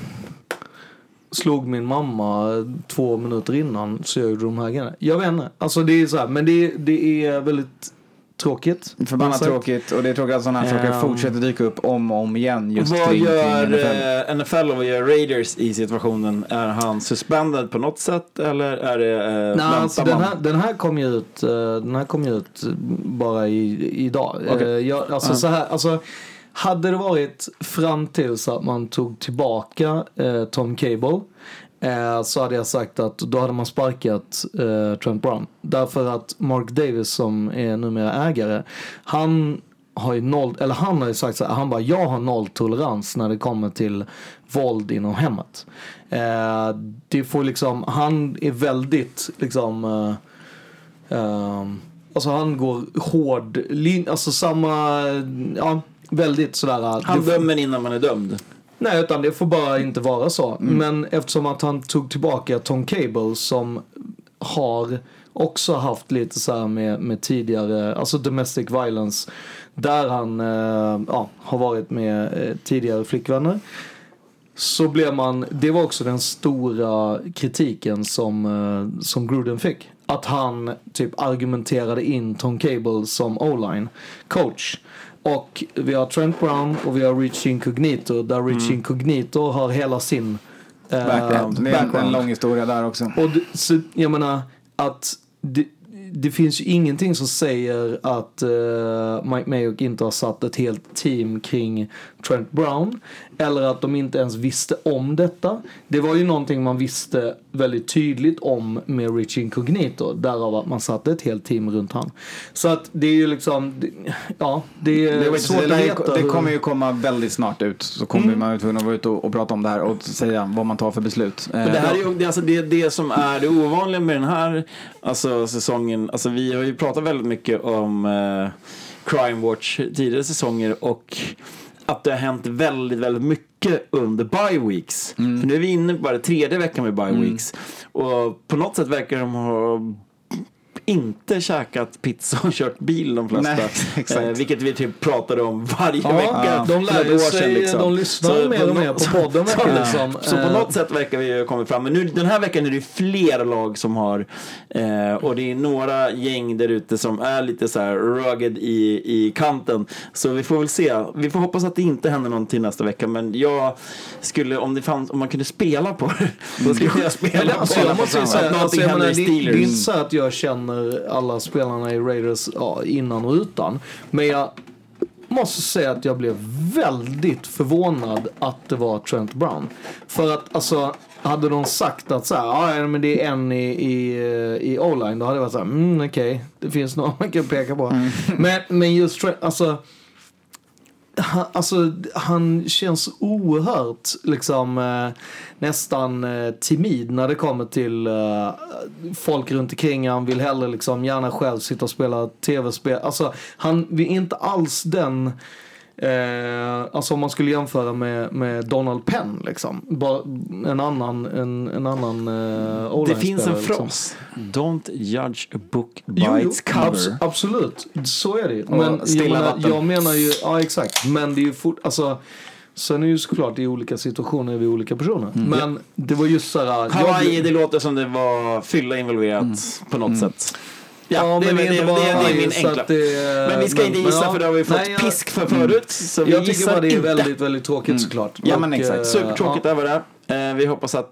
slog min mamma 2 minuter innan, så jag gjorde de här grejerna. Jag vet inte. Alltså det är så här, men det är väldigt tråkigt. Förbannat tråkigt, och det är tråkigt att sådana här saker fortsätter dyka upp om och om igen. Just vad kring gör NFL och vad gör Raiders i situationen? Är han suspended på något sätt, eller är det nej, alltså den här kom ju ut bara idag. Okay. Så här, alltså hade det varit fram till så att man tog tillbaka Tom Cable, så hade jag sagt att då hade man sparkat Trent Brown. Därför att Mark Davis, som är numera ägare, han har ju sagt så här, han bara, jag har 0 tolerans när det kommer till våld inom hemmet. Det får liksom, han är väldigt liksom alltså han går hård, alltså samma, ja, väldigt sådär. Han dömer innan man är dömd. Nej, utan det får bara inte vara så. Men eftersom att han tog tillbaka Tom Cable, som har också haft lite så här med tidigare, alltså domestic violence, där han har varit med tidigare flickvänner, så blev det var också den stora kritiken som Gruden fick. Att han typ argumenterade in Tom Cable som O-line coach. Och vi har Trent Brown och vi har Rich Incognito, där Rich Incognito har hela sin background. Det är en lång historia där också. Och så jag menar att det finns ju ingenting som säger att Mike Mayock inte har satt ett helt team kring Trent Brown. eller att de inte ens visste om detta. Det var ju någonting man visste väldigt tydligt om med Rich Incognito, därav att man satte ett helt team runt han. Så att det är ju liksom, det är svårt att veta. Det kommer ju komma väldigt snart ut, så kommer man ju tvungen att vara ute och prata om det här och säga vad man tar för beslut. Men det här är ju det som är det ovanliga med den här säsongen. Alltså vi har ju pratat väldigt mycket om Crime Watch tidigare säsonger och att det har hänt väldigt, väldigt mycket under bye weeks. För nu är vi inne på bara 3:e veckan med bye weeks. Och på något sätt verkar de ha inte käkat pizza och kört bil de flesta. Nej, exakt. Vilket vi typ pratade om varje vecka. De lär sig, liksom. de lyssnar mer och mer på podden. Så på något sätt verkar vi komma fram. Men nu, den här veckan är det fler lag som har och det är några gäng där ute som är lite så här rugged i kanten. Så vi får väl se. Vi får hoppas att det inte händer någonting nästa vecka. Men jag skulle, om man kunde spela på det, då skulle jag spela på det. Jag måste säga, någonting händer i Steelers. Det är inte så att jag känner alla spelarna i Raiders innan och utan. Men jag måste säga att jag blev väldigt förvånad att det var Trent Brown. För att alltså, hade de sagt att så här, men det är en i O-line, då hade det varit så här, okej, det finns några man kan peka på. Men just Trent, alltså han känns oerhört liksom nästan timid när det kommer till folk runt omkring. Han vill hellre liksom gärna själv sitta och spela tv-spel. Alltså han vill inte alls den alltså om man skulle jämföra med Donald Penn liksom. Bara en annan det finns en liksom. fras. Don't judge a book by its cover. Absolut, så är det ju. Men jag menar ju, ja exakt. Men det är ju alltså, sen är ju såklart det är olika situationer vid olika personer. Men det var just såhär Hawaii, det låter som det var fylla involverat på något sätt. Ja, det är min enkla. Men vi ska inte gissa för det har vi fått pisk för förut. Så jag tycker bara det är väldigt, väldigt tråkigt såklart. Ja, men exakt. Supertråkigt över det. Vi hoppas att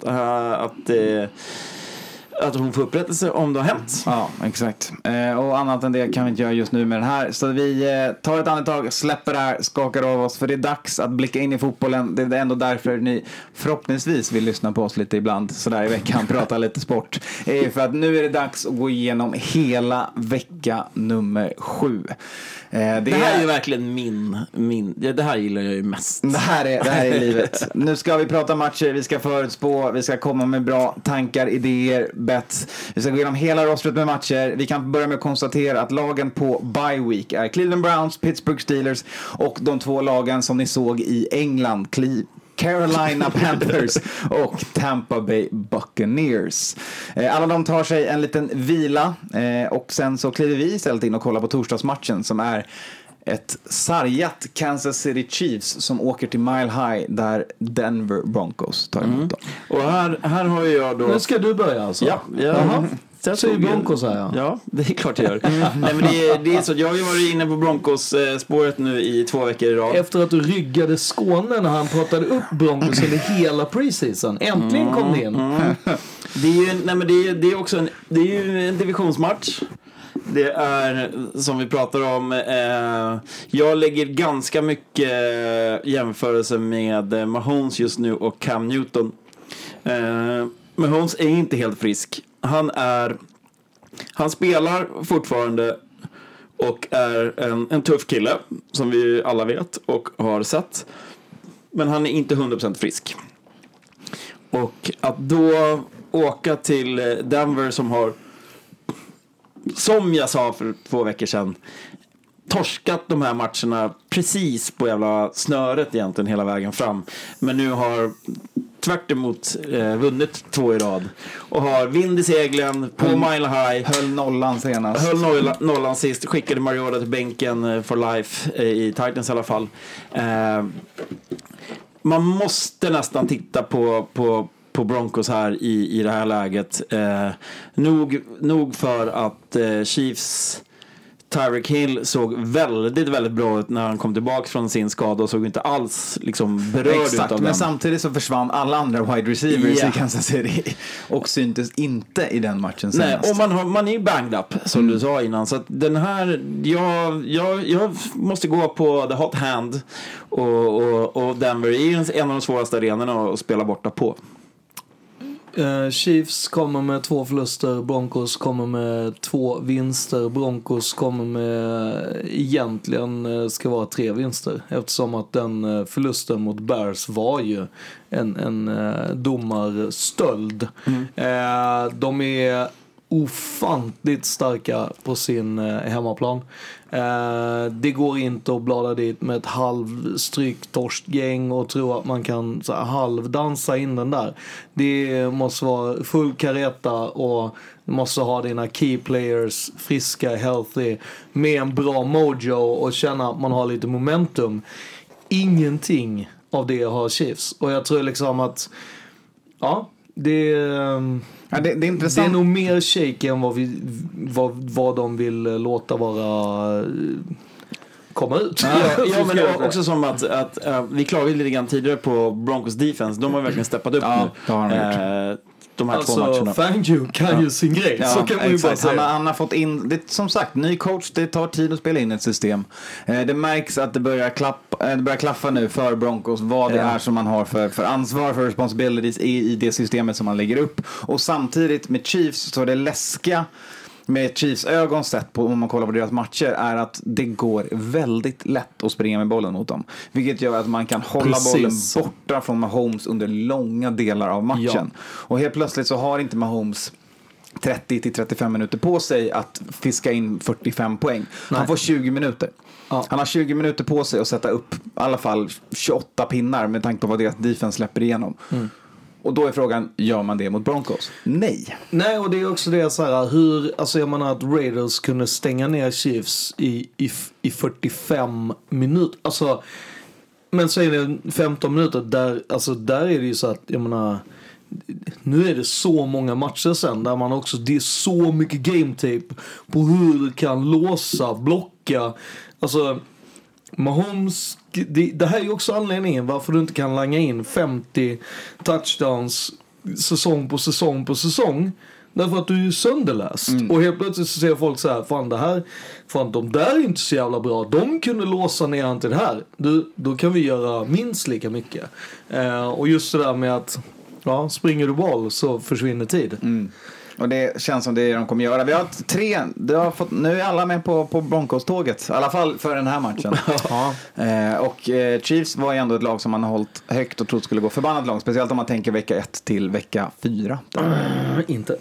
hon får upprättelse om det har hänt. Ja, exakt. Och annat än det kan vi inte göra just nu med den här. Så vi tar ett andetag, släpper det här, skakar av oss. För det är dags att blicka in i fotbollen. Det är ändå därför ni förhoppningsvis vill lyssna på oss lite ibland. Sådär i veckan, prata lite sport. För att nu är det dags att gå igenom hela vecka nummer 7. Det här är ju verkligen min det här gillar jag ju mest. Det här är livet. Nu ska vi prata matcher, vi ska förutspå, vi ska komma med bra tankar, idéer, bets. Vi ska gå igenom hela rostret med matcher. Vi kan börja med att konstatera att lagen på bye week är Cleveland Browns, Pittsburgh Steelers och de 2 lagen som ni såg i England, Carolina Panthers och Tampa Bay Buccaneers. Alla de tar sig en liten vila och sen så kliver vi istället in och kollar på torsdagsmatchen som är ett sargat Kansas City Chiefs som åker till Mile High där Denver Broncos tar emot dem. Och här har jag då... Nu ska du börja alltså? Ja. Jag säger Broncos här, ja, det är klart jag gör. Nej, men det är så. Jag har ju varit inne på Broncos-spåret nu i 2 veckor i rad. Efter att du ryggade Skåne när han pratade upp Broncos under hela preseason. Äntligen kom det in. Det är ju, det är också det är ju en divisionsmatch. Det är, som vi pratar om, jag lägger ganska mycket jämförelse med Mahomes just nu och Cam Newton. Mahomes är inte helt frisk. Han spelar fortfarande och är en tuff kille, som vi alla vet och har sett. Men han är inte 100% frisk. Och att då åka till Denver som har, som jag sa för 2 veckor sedan, torskat de här matcherna precis på jävla snöret egentligen hela vägen fram. Men nu har tvärt emot vunnit 2 i rad. Och har vind i seglen på Mile High. Höll nollan senast. Höll nollan sist. Skickade Mariota till bänken for life i Titans i alla fall. Man måste nästan titta på Broncos här i det här läget. Nog för att Chiefs Tyreek Hill såg väldigt, väldigt bra ut när han kom tillbaka från sin skada och såg inte alls liksom berörd Exakt, utav men den. samtidigt så försvann alla andra wide receivers i Kansas City och syntes inte i den matchen senast. Nej, och man är ju banged up som du sa innan, så att den här jag måste gå på the hot hand och Denver är ju en av de svåraste arenorna att spela borta på. Chiefs kommer med 2 förluster, Broncos kommer med 2 vinster, Broncos kommer med egentligen ska vara 3 vinster, eftersom att den förlusten mot Bears var ju en domarstöld. De är ofantligt starka på sin hemmaplan. Det går inte att blada dit med ett halvstryktorskgäng och tro att man kan så här, halvdansa in den där. Det måste vara full kareta och måste ha dina key players friska, healthy, med en bra mojo och känna att man har lite momentum. Ingenting av det har Chiefs. Och jag tror liksom att det är intressant. Det är nog mer shake än vad de vill låta vara komma ut. Ja, men det var också som att vi klagade lite grann tidigare på Broncos defense. De har verkligen steppat upp nu. De här 2 matcherna. Fangio kan ju sin grej. Så kan man ju bara säga. Han har fått in, det, som sagt, ny coach, det tar tid att spela in ett system. Det märks att det börjar klaffa nu för Broncos vad det är som man har för ansvar, för responsibilities i det systemet som man lägger upp. Och samtidigt med Chiefs så är det läskiga med Chiefs ögon sett på, om man kollar på deras matcher, är att det går väldigt lätt att springa med bollen mot dem. Vilket gör att man kan hålla bollen borta från Mahomes under långa delar av matchen. Ja. Och helt plötsligt så har inte Mahomes 30-35 minuter på sig att fiska in 45 poäng. Nej. Han får 20 minuter. Ja. Han har 20 minuter på sig att sätta upp i alla fall 28 pinnar med tanke på vad deras defense släpper igenom. Och då är frågan, gör man det mot Broncos? Nej. Nej, och det är också det så här, alltså jag menar att Raiders kunde stänga ner Chiefs i 45 minuter. Alltså, men så är det 15 minuter där är det ju så att, jag menar, nu är det så många matcher sen där man också, det är så mycket game tape på hur du kan låsa, blocka. Alltså, Mahomes, det här är ju också anledningen varför du inte kan langa in 50 touchdowns säsong på säsong. Därför att du är sönderläst. Och helt plötsligt så ser folk så här, fan de där är inte så jävla bra. De kunde låsa ner han till det här. Då kan vi göra minst lika mycket. Och just det där med att springer du boll så försvinner tid. Och det känns som det de kommer göra. Vi har nu är alla med på Broncos-tåget. I alla fall för den här matchen. Och Chiefs var ju ändå ett lag som man har hållit högt och trott skulle gå förbannat långt. Speciellt om man tänker vecka 1 till vecka 4. Inte.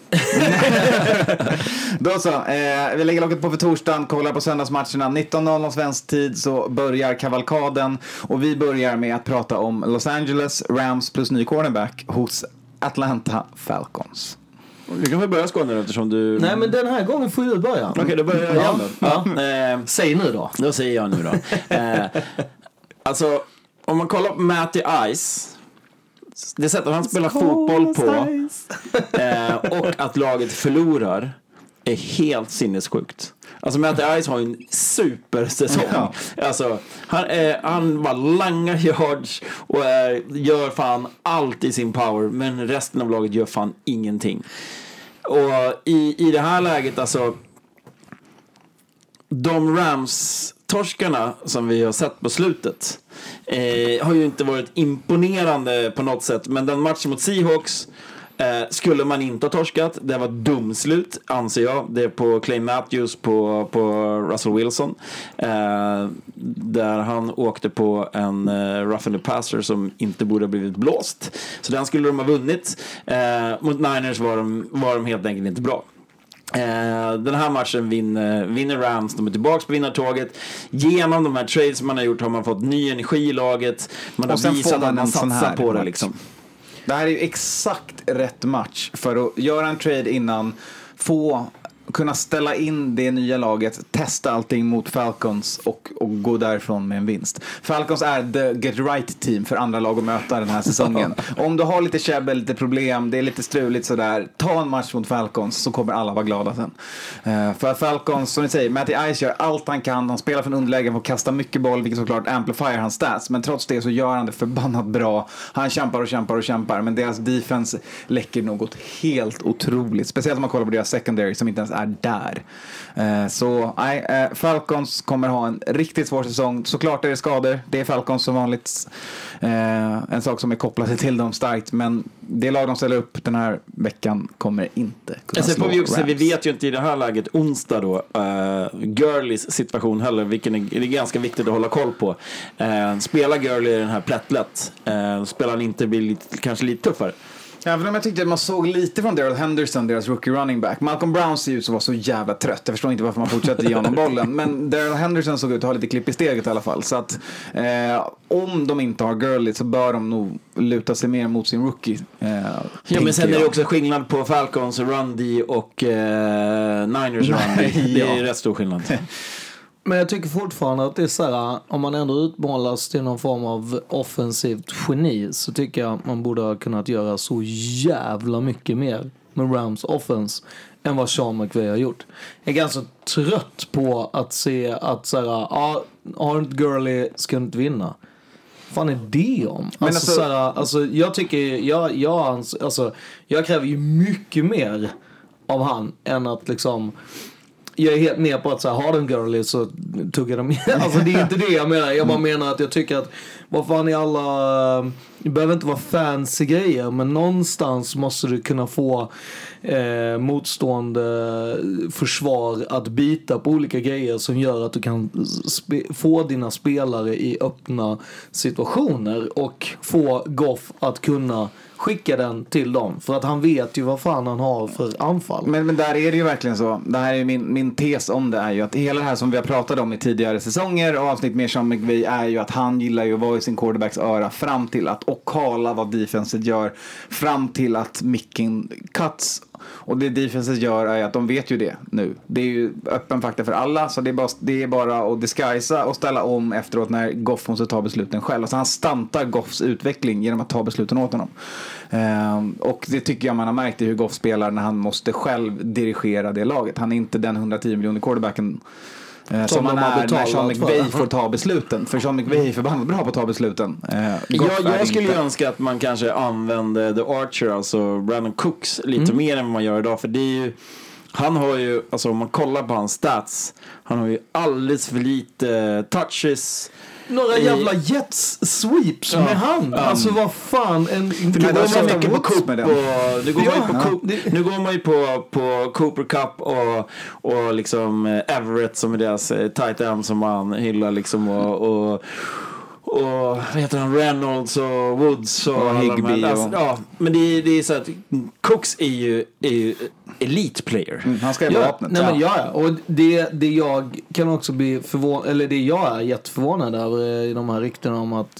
Då så, vi lägger locket på för torsdagen. Kollar på söndagsmatcherna. 19:00 svensk tid så börjar kavalkaden. Och vi börjar med att prata om Los Angeles Rams plus ny cornerback hos Atlanta Falcons. Du kan väl börja skåda nu eftersom du... Nej, men den här gången får du börja. Okej, då börjar jag igen då. Säg nu då. Då säger jag nu då. Alltså, om man kollar på Matty Ice, det sättet han spelar fotboll på och att laget förlorar är helt sinnessjukt. Alltså Matty Ice har en supersäsong. Ja. Alltså, han bara langar yards och gör fan allt i sin power, men resten av laget gör fan ingenting. Och i det här läget, alltså, de Rams-torskarna som vi har sett på slutet har ju inte varit imponerande på något sätt, men den matchen mot Seahawks skulle man inte ha torskat. Det var dumslut, anser jag. Det är på Clay Matthews på Russell Wilson, där han åkte på en rough and the passer som inte borde ha blivit blåst. Så den skulle de ha vunnit. Mot Niners var de helt enkelt inte bra. Den här matchen vinner Rams. De är tillbaka på vinnartåget. Genom de här trades man har gjort har man fått ny energi i laget. Man har visat att man satsar på det liksom. Det här är ju exakt rätt match för att göra en trade innan, få kunna ställa in det nya laget, testa allting mot Falcons och gå därifrån med en vinst. Falcons är the get right team för andra lag att möta den här säsongen. Om du har lite käbbel, lite problem, det är lite struligt sådär, ta en match mot Falcons så kommer alla vara glada sen. För Falcons, som ni säger, Matty Ice gör allt han kan, han spelar från underlägen för att kasta mycket boll, vilket såklart amplifierar hans stats, men trots det så gör han det förbannat bra. Han kämpar, men deras defense läcker något helt otroligt, speciellt om man kollar på deras secondary som inte ens är där. Falcons kommer ha en riktigt svår säsong. Såklart är det skador, det är Falcons som vanligt, en sak som är kopplad till dem starkt, men det lag de ställer upp den här veckan kommer inte kunna slå Rams. Vi vet ju inte i det här läget onsdag då Gurleys situation heller, vilken är ganska viktigt att hålla koll på. Spelar Gurley i den här plättlätt, spelar han inte, blir kanske lite tuffare. Även om jag tyckte att man såg lite från Darrell Henderson, deras rookie running back. Malcolm Brown ser ut som var så jävla trött. Jag förstår inte varför man fortsätter ge honom bollen. Men Darrell Henderson såg ut att ha lite klipp i steget i alla fall. Så att om de inte har Gurley så bör de nog luta sig mer mot sin rookie. Ja, men sen är det också skillnad på Falcons run D och Niners run D. Det är rätt stor skillnad. Men jag tycker fortfarande att det är så här, om man ändå utmålas till någon form av offensivt geni, så tycker jag att man borde ha kunnat göra så jävla mycket mer med Rams offense än vad Sean McVay har gjort. Jag är ganska trött på att se att så här, har inte Gurley ska inte vinna. Fan är det om? Jag tycker jag kräver ju mycket mer av han än att liksom, jag är helt med på att så här, har de Gurley så tuggar de. Alltså det är inte det jag menar. Jag bara menar att jag tycker att vad fan är alla, det behöver inte vara fancy grejer, men någonstans måste du kunna få motstående försvar att bita på olika grejer som gör att du kan få dina spelare i öppna situationer och få Goff att kunna skicka den till dem, för att han vet ju vad fan han har för anfall. Men där är det ju verkligen så. Det här är ju min tes om det, är ju att hela det här som vi har pratat om i tidigare säsonger och avsnitt med Sean McVay är ju att han gillar ju att vara i sin quarterbacks öra fram till att och kalla vad defenset gör, fram till att micken cuts. Och det defenset gör är att de vet ju det nu. Det är ju öppen fakta för alla, så det är bara att disguisa och ställa om efteråt när Goff måste ta besluten själv. Alltså han stantar Goffs utveckling genom att ta besluten åt honom. Och det tycker jag man har märkt i hur Goff spelar när han måste själv dirigera det laget. Han är inte den 110 miljoner quarterbacken som han är när Sean McVay får ta besluten. För Sean McVay är förbannat bra på att ta besluten. Jag skulle ju önska att man kanske använde The Archer, alltså Brandon Cooks, lite mer än vad man gör idag. För det är ju, han har ju, alltså om man kollar på hans stats, han har ju alldeles för lite touches. Några jävla jets sweeps med hand. Alltså vad fan en nu går man ju på Cooper Cup och liksom Everett som är deras tight end som man hyllar liksom och vad heter han, Reynolds och Woods och Higbee men det är så att Cooks är ju elite player. Han ska ju vara vapnet. Och det jag kan också bli förvånad, eller det jag är jätteförvånad över i de här ryktena om att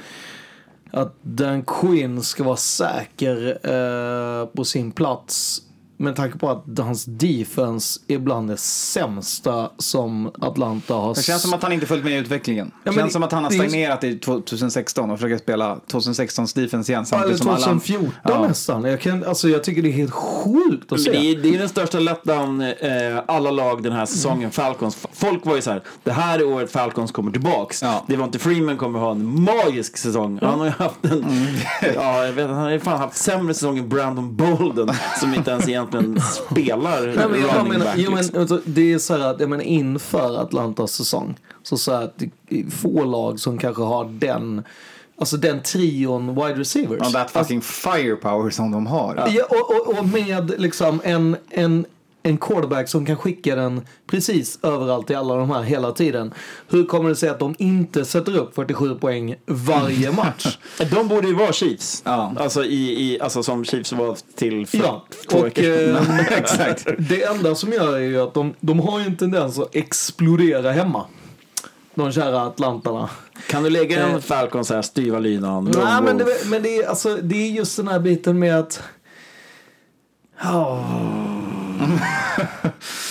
Dan Quinn ska vara säker på sin plats, med tanke på att hans defense är bland det sämsta som Atlanta har. Det känns som att han inte följt med i utvecklingen. Det känns som att han har stagnerat i 2016 och försöker spela 2016s defense igen. Eller 2014 nästan. Jag tycker det är helt sjukt att se. Det är den största letdown alla lag den här säsongen. Falcons. Folk var ju så här, det här är året Falcons kommer tillbaks. Det var inte Freeman kommer ha en magisk säsong. Han har ju haft en han har ju fan haft sämre säsong än Brandon Bolden som inte ens egentligen spelar running back. Det är så här att inför Atlantas säsong så att det är få lag som kanske har den trion wide receivers. That fucking firepower som de har. Och med liksom en quarterback som kan skicka den precis överallt i alla de här hela tiden. Hur kommer det sig att de inte sätter upp 47 poäng varje match? De borde ju vara Chiefs. Alltså som Chiefs var till för 2 veckor. Exakt. Det enda som gör är ju att de har ju en tendens att explodera hemma. De kära Atlantarna. Kan du lägga en Falcon så här styva linan? Nej, men det är just den här biten med att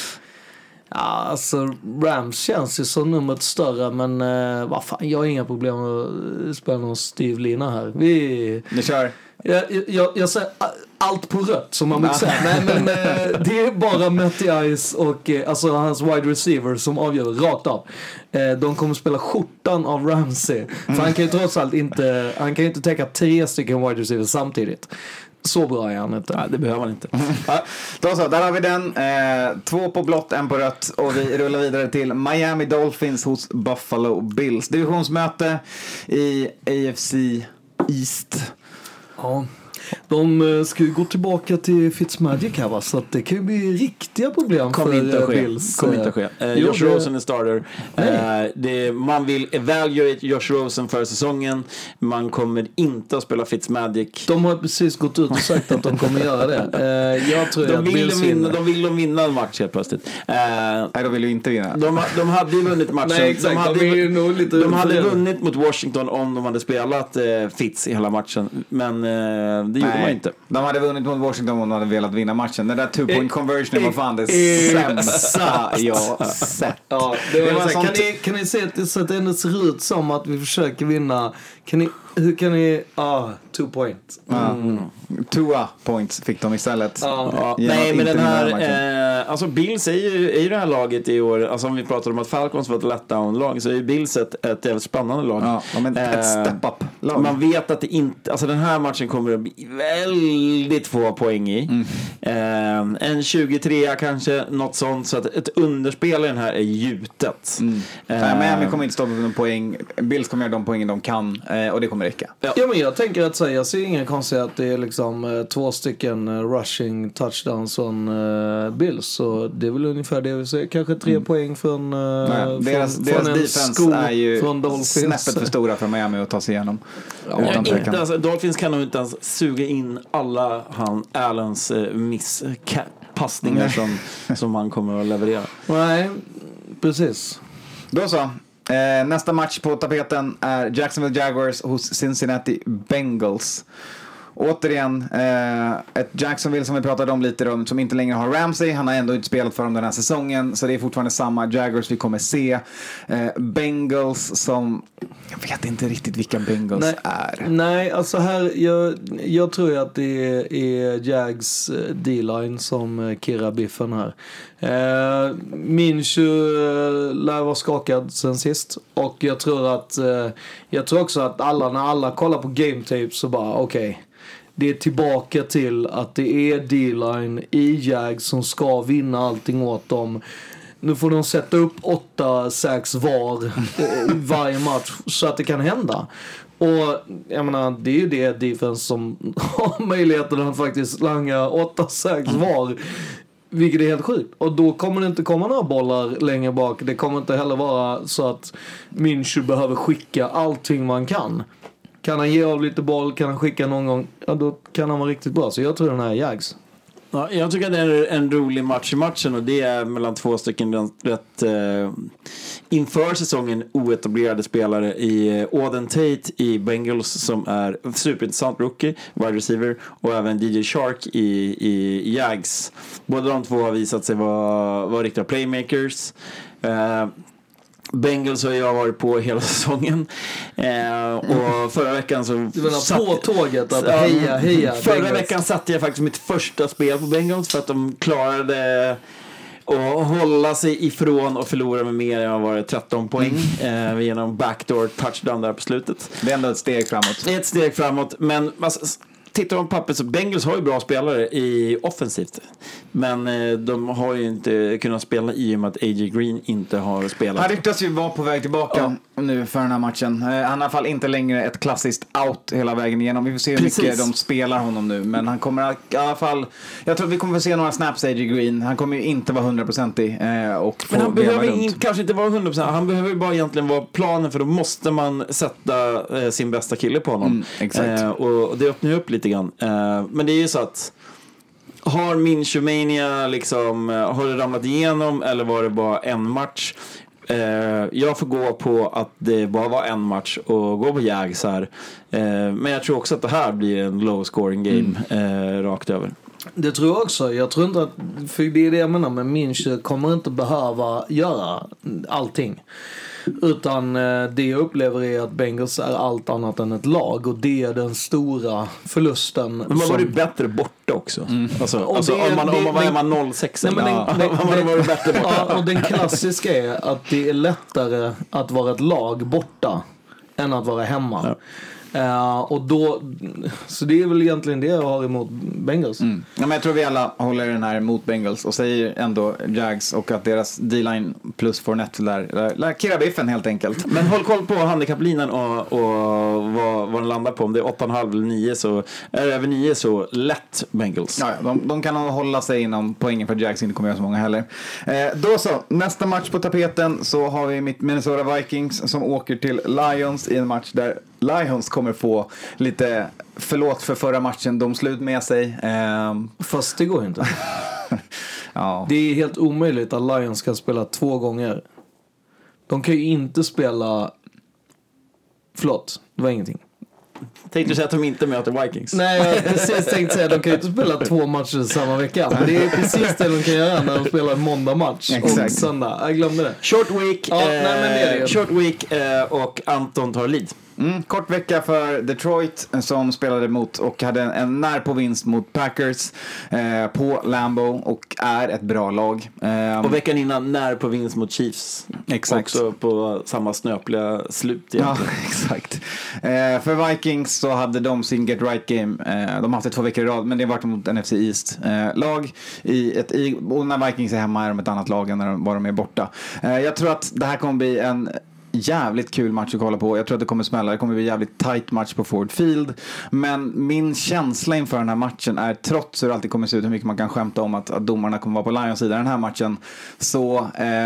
Ja, alltså Rams känns ju som numret större, men vad fan, jag har inga problem att spela någon styvlina här. Ni kör. Jag säger allt på rött, som man vill säga. Nej, men det är bara Matty Ice och alltså hans wide receiver som avgör rakt av. De kommer spela skjortan av Ramsey. För han kan ju trots allt inte, han kan ju inte täcka 3 stycken wide receivers samtidigt. Så bra är han inte. Nej, det behöver man inte. Då så, där har vi den. 2 på blått, 1 på rött. Och vi rullar vidare till Miami Dolphins hos Buffalo Bills. Divisionsmöte i AFC East. Ja. De ska ju gå tillbaka till Fitzmagic här, va? Så att det kan ju bli riktiga problem för Bills. Kommer inte att ske. Josh Rosen är starter. Man vill evaluate Josh Rosen för säsongen. Man kommer inte att spela Fitzmagic. De har precis gått ut och sagt att de kommer göra det. Jag tror de vill vinna en match helt plötsligt. Nej, de vill ju inte vinna. De hade ju vunnit matchen. Nej, exakt. De hade vunnit mot Washington om de hade spelat Fitz i hela matchen. Men det gjorde man inte. De hade vunnit mot Washington om de hade velat vinna matchen. Den där 2-point conversion var fan det sämsta jag sett. Ja, det var sånt... Kan ni se så att det ändå ser ut som att vi försöker vinna? Hur kan ni... 2 points. 2 points fick de istället. Nej, men den här... alltså Bills är ju det här laget i år. Alltså om vi pratar om att Falcons var ett letdown-lag, så är ju Bills ett jävligt spännande lag. Ja, men ett step-up-lag. Man vet att det inte... Alltså den här matchen kommer att bli väldigt få poäng i. En 23 kanske, något sånt. Så att ett underspel i den här är gjutet. Miami kommer inte stå på någon poäng. Bills kommer göra de poängen de kan. Och det kommer räcka. Ja, men jag tänker att jag ser ingen konstigt att det är liksom 2 stycken rushing touchdowns från Bills. Så det är väl ungefär det vi ser. Kanske 3 poäng från deras defense är ju snäppet för stora för Miami att ta sig igenom. Dolphins kan nog inte ens suga in alla Allens misspassningar som han kommer att leverera. Nej, precis. Då så. Nästa match på tapeten är Jacksonville Jaguars hos Cincinnati Bengals. Återigen, ett Jacksonville som vi pratade om lite om, som inte längre har Ramsey. Han har ändå inte spelat för dem den här säsongen, så det är fortfarande samma Jaguars vi kommer se. Bengals som... Jag vet inte riktigt vilka Bengals är. Nej, alltså här, jag tror att det är Jags D-line som kirrar biffen här. Minshew lär vara skakad sen sist. Och jag tror också att när alla kollar på game tape så bara okej. Det är tillbaka till att det är D-line i Jags som ska vinna allting åt dem. Nu får de sätta upp 8 sacks var i varje match så att det kan hända. Och jag menar, det är ju det defense som har möjligheten att faktiskt langa 8 sacks var. Vilket är helt sjukt. Och då kommer det inte komma några bollar längre bak. Det kommer inte heller vara så att Minshew behöver skicka allting man kan. Kan han ge av lite boll, kan han skicka någon gång, ja, då kan han vara riktigt bra. Så jag tror den här är Jags. Ja, jag tycker att det är en rolig match i matchen, och det är mellan 2 stycken rätt inför säsongen oetablerade spelare i Auden Tate i Bengals, som är superintressant rookie, wide receiver, och även DJ Shark i Jags. Båda de två har visat sig vara riktiga playmakers. Bengals har jag varit på hela säsongen, och förra veckan så du var på tåget att heja förra Bengals. Veckan satte jag faktiskt mitt första spel på Bengals för att de klarade att hålla sig ifrån och förlora med mer än vad var det, 13 poäng genom backdoor touchdown där på slutet. Det är ändå ett steg framåt. Det är ett steg framåt, men alltså, tittar man på pappret så Bengals har ju bra spelare i offensivt. Men de har ju inte kunnat spela i och med att AJ Green inte har spelat. Han ryktas ju vara på väg tillbaka nu för den här matchen. Han har i alla fall inte längre ett klassiskt out hela vägen igenom. Vi får se hur mycket de spelar honom nu. Men han kommer i alla fall... Jag tror att vi kommer få se några snaps AJ Green. Han kommer ju inte vara 100% och men han behöver kanske inte vara 100%. Han behöver bara egentligen vara planen, för då måste man sätta sin bästa kille på honom. Exakt. Och det öppnar upp lite grann. Men det är ju så att har Minshewmania liksom, har det ramlat igenom eller var det bara en match? Jag får gå på att det bara var en match och gå på Jags här. Men jag tror också att det här blir en low scoring game rakt över. Det tror jag också. Jag tror inte att, för det är det jag menar med Minch kommer inte behöva göra allting. Utan det jag upplever är att Bengals är allt annat än ett lag. Och det är den stora förlusten. Men man var ju bättre borta också. Alltså om man 0-6 var det bättre borta. Ja, och den klassiska är att det är lättare att vara ett lag borta än att vara hemma. Ja. Och då, så det är väl egentligen det jag har emot Bengals. Ja, men jag tror vi alla håller den här mot Bengals och säger ändå Jags och att deras D-line plus Fournette lackerar biffen helt enkelt. Men håll koll på handikapplinan och vad den landar på. Om det är 8,5 eller 9 så är det över 9 så lätt Bengals. Ja, de kan hålla sig inom poängen för Jags inte kommer göra så många heller. Då så, nästa match på tapeten så har vi Minnesota Vikings som åker till Lions i en match där Lions kommer få lite förlåt för förra matchen domslut med sig. Fast det går inte. Ja. Det är helt omöjligt att Lions kan spela 2 gånger. De kan ju inte spela... Förlåt, det var ingenting. Tänkte du säga att de inte möter Vikings? Nej, jag precis tänkte säga att de kan ju inte spela 2 matcher samma vecka. Men det är precis det de kan göra när de spelar en måndagmatch och söndag. Jag glömde det. Short week, ja, nej, men det är det. Short week och Anton tar lead. Kort vecka för Detroit som spelade mot och hade en när på vinst mot Packers på Lambeau och är ett bra lag. Och veckan innan när på vinst mot Chiefs. Exakt. Också på samma snöpliga slut egentligen. Ja, exakt. För Vikings så hade de sin get right game. De har haft det 2 veckor i rad, men det har varit mot NFC East lag och när Vikings är hemma är de ett annat lag än när de är borta. Jag tror att det här kommer bli en jävligt kul match att kolla på. Jag tror att det kommer smälla. Det kommer bli en jävligt tight match på Ford Field. Men min känsla inför den här matchen är, trots hur det alltid kommer se ut, hur mycket man kan skämta om att domarna kommer vara på Lions sida den här matchen, så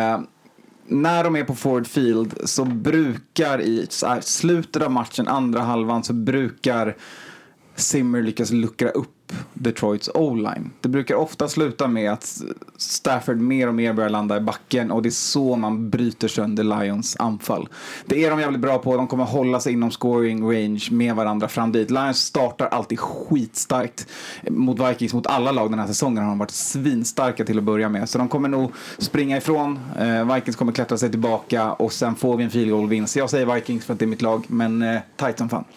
när de är på Ford Field så brukar i slutet av matchen, andra halvan, så brukar Zimmer lyckas luckra upp Detroits O-line. Det brukar ofta sluta med att Stafford mer och mer börjar landa i backen och det är så man bryter sönder Lions anfall. Det är de jävligt bra på. De kommer hålla sig inom scoring range med varandra fram dit. Lions startar alltid skitstarkt mot Vikings, mot alla lag den här säsongen har de varit svinstarka till att börja med. Så de kommer nog springa ifrån. Vikings kommer klättra sig tillbaka och sen får vi en field goal vinst. Jag säger Vikings för att det är mitt lag, men tight som fan.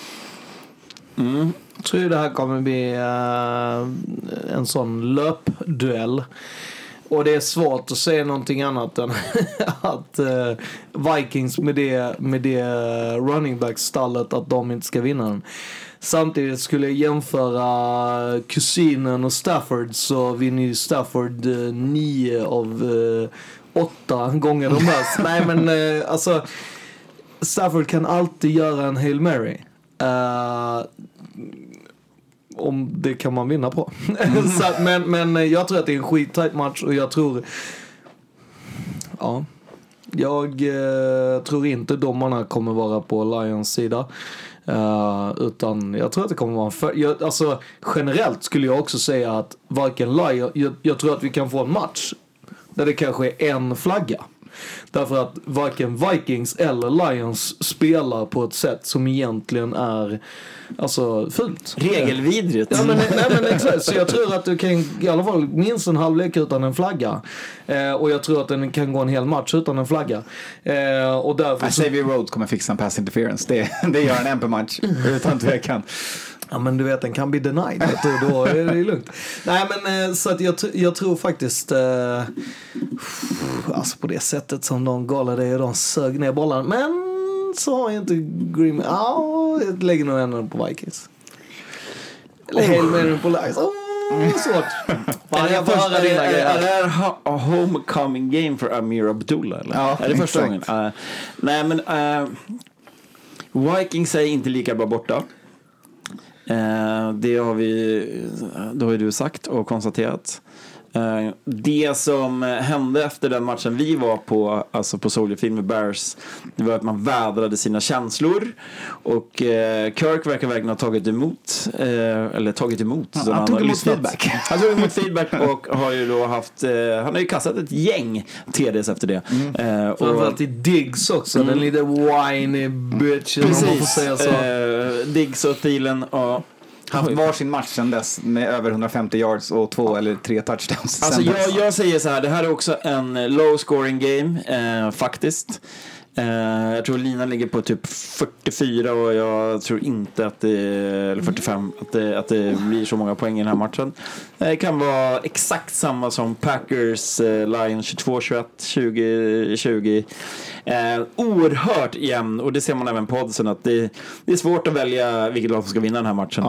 Jag tror det här kommer bli en sån löpduell. Och det är svårt att säga någonting annat än att Vikings med det running back-stallet, att de inte ska vinna den. Samtidigt skulle jag jämföra kusinen och Stafford, så vinner ju Stafford 9 av 8 gånger de möts. Nej, men alltså Stafford kan alltid göra en Hail Mary. Om det kan man vinna på. Så, men jag tror att det är en skittight match och jag tror jag tror inte domarna kommer vara på Lions sida. Utan jag tror att det kommer vara alltså generellt skulle jag också säga att varken jag tror att vi kan få en match där det kanske är en flagga. Därför att varken Vikings eller Lions spelar på ett sätt som egentligen är alltså fult. Regelvidrigt. Ja, men exakt. Så jag tror att du kan i alla fall minst en halvlek utan en flagga. Och jag tror att den kan gå en hel match utan en flagga. Och därför Xavier Rhodes kommer fixa en pass interference. Det gör en MP-match utan tvekan. Ja, men du vet, den kan bli denied. Då är det lugnt. Nej, men så att jag tror faktiskt alltså på det sättet som de galade det och de sög ner bollen. Men så har ju inte Grim. Jag lägger nog ändå på Vikings. Eller Hail på Lions. Svårt. Är det här a homecoming game för Amir Abdullah? Eller? Ja, är det första gången? Nej, men Vikings är inte lika bra borta. Det har ju du sagt och konstaterat. Det som hände efter den matchen vi var på, alltså på Soldier Field med Bears, det var att man vädrade sina känslor och Kirk verkar verkligen ha tagit emot han tog emot feedback. Han tog emot feedback och har ju då haft han har ju kastat ett gäng TDs efter det. Framförallt i Diggs också, den lite whiny bitch. Precis, Diggs och Thielen. haft varsin match sedan dess med över 150 yards och 2 eller 3 touchdowns. Alltså jag säger så här, det här är också en low scoring game faktiskt. Jag tror linan ligger på typ 44 och jag tror inte att det, eller 45 att det blir så många poäng i den här matchen. Det kan vara exakt samma som Packers Lions 22-21 20-20. Oerhört jämn, och det ser man även på oddsen att det är svårt att välja vilket lag som ska vinna den här matchen.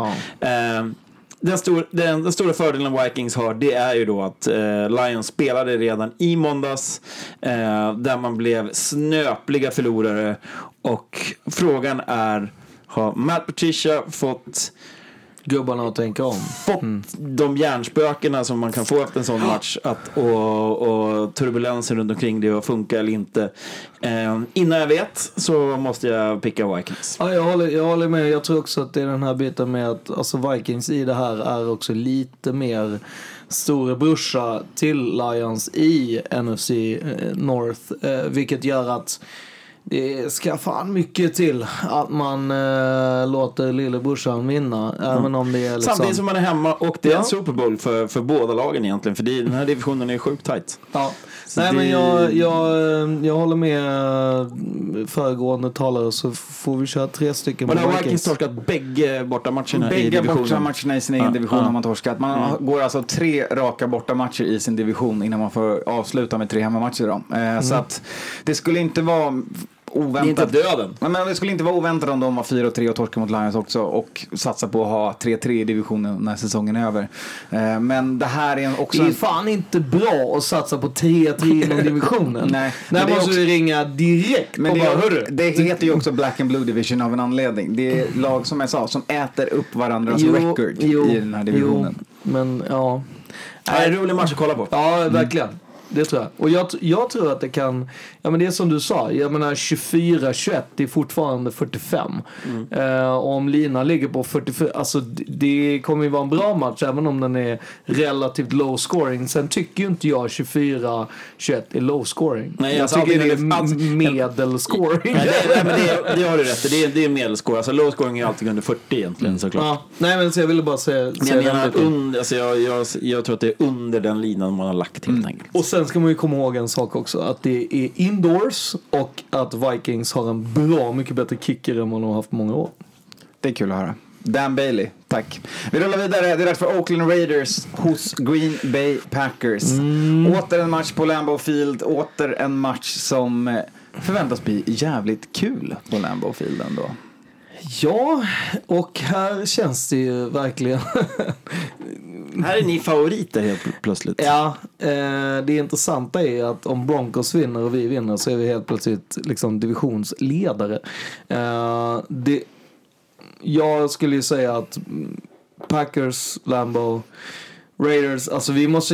Den stora fördelen Vikings har, det är ju då att Lions spelade redan i måndags där man blev snöpliga förlorare, och frågan är, har Matt Patricia fått gubbarna att tänka om. De hjärnspökena som man kan få efter en sån match och turbulensen runt omkring det och funka eller inte. Innan jag vet så måste jag picka Vikings. Ja, jag håller med. Jag tror också att det är den här biten med att alltså Vikings i det här är också lite mer storebrorsa till Lions i NFC North, vilket gör att det ska fan mycket till att man låter lillebrorsan vinna, även om det är liksom... Samtidigt som man är hemma, och det är en Super Bowl för båda lagen egentligen, för den här divisionen är sjukt tight. Ja. Nej, men jag håller med föregående talare, så får vi köra 3 stycken. Och det har Vikings torskat bägge bortamatcherna i divisionen. Bägge bortamatcherna i sin egen division har man torskat. Man går alltså 3 raka bortamatcher i sin division innan man får avsluta med 3 hemmamatcher då. Så att det skulle inte vara oväntat. Det är inte döden. Men det skulle inte vara oväntat om de var 4-3 och torskar mot Lions också och satsa på att ha 3-3 i divisionen när säsongen är över. Men det här är också... Det är fan inte bra att satsa på 3-3 inom divisionen. Nej. Där måste du ringa direkt. Men det heter ju också Black and Blue Division av en anledning. Det är lag, som jag sa, som äter upp varandras record i den här divisionen. Men ja. Det är en rolig match att kolla på. Ja, verkligen. Det tror jag. Och jag tror att det kan... Ja, men det är som du sa. Jag menar 24-21, det är fortfarande 45. Och om Lina ligger på 44... Alltså det kommer ju vara en bra match, även om den är relativt low scoring. Sen tycker ju inte jag 24-21 är low scoring. Nej, jag tycker det är medelscoring. Det har du rätt. Det är medelscore. Alltså low scoring är alltid under 40 egentligen, såklart. Ja. Nej, men så jag ville bara säga jag tror att det är under den linan man har lagt helt enkelt. Och sen ska man ju komma ihåg en sak också, att det är indoors och att Vikings har en bra mycket bättre kicker än man har haft många år. Det är kul att höra. Dan Bailey, tack. Vi rullar vidare. Det är dags för Oakland Raiders hos Green Bay Packers. Åter en match på Lambeau Field. Åter en match som förväntas bli jävligt kul på Lambeau Field ändå. Ja, och här känns det ju verkligen... Här är ni favoriter helt plötsligt. Ja, det intressanta är att om Broncos vinner och vi vinner så är vi helt plötsligt liksom divisionsledare. Jag skulle ju säga att Packers, Lambeau, Raiders, alltså vi måste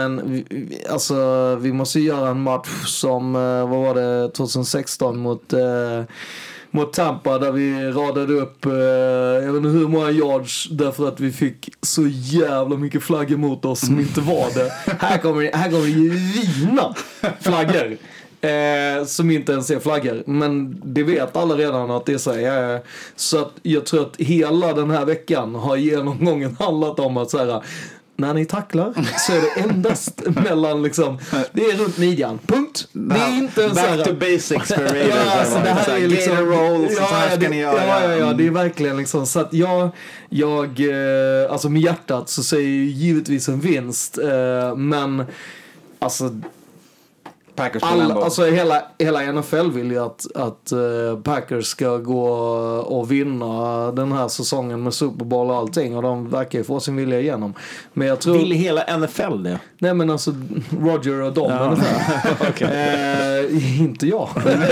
göra en match som vad var det 2016 mot Tampa, där vi radade upp jag vet inte hur många yards, därför att vi fick så jävla mycket flaggor mot oss som inte var det. Här kommer det ju vina flaggor som inte ens är flaggor, men det vet alla redan att det är så här. Så att jag tror att hela den här veckan har genomgången handlat om att så här, när ni tacklar så är det endast mellan liksom, det är runt midjan. Punkt. Det är inte en back to basics för Raiders. Ja, alltså, det här är liksom rolls, så här ska ni göra. Ja, det är verkligen liksom så att jag alltså med hjärtat så säger ju givetvis en vinst, men alltså Packers alltså hela NFL vill ju att Packers ska gå och vinna den här säsongen med Super Bowl och allting, och de verkar ju få sin vilja igenom. Men jag tror... Vill hela NFL det? Nej, men alltså Roger och Dom ungefär. Inte jag.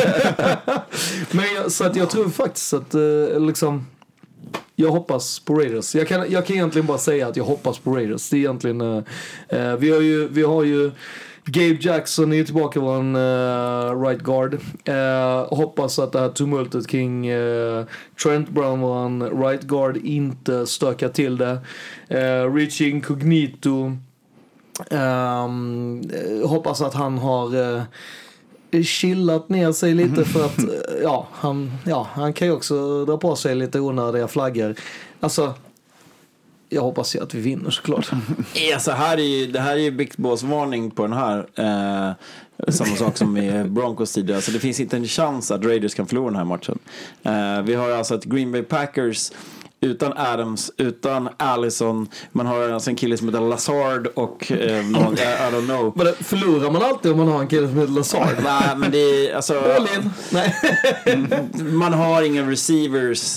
Men så att jag tror faktiskt att liksom, jag hoppas på Raiders. Jag kan egentligen bara säga att jag hoppas på Raiders. Det är egentligen vi har ju Gabe Jackson är tillbaka på en right guard. Hoppas att det här tumultet kring Trent Brown var en right guard inte stökar till det. Richie Incognito, hoppas att han har chillat ner sig lite, för att han kan ju också dra på sig lite onödiga flaggor. Alltså jag hoppas ju att vi vinner såklart. Så det här är ju Big Boss-varning på den här. Samma sak som med Broncos tidigare. Så det finns inte en chans att Raiders kan förlora den här matchen. Vi har alltså ett Green Bay Packers utan Adams, utan Allison. Man har alltså en kille som heter Lazard och någon, I don't know. Men förlorar man alltid om man har en kille som heter Lazard? Nej, men det är alltså... All in. Nej. Man har inga receivers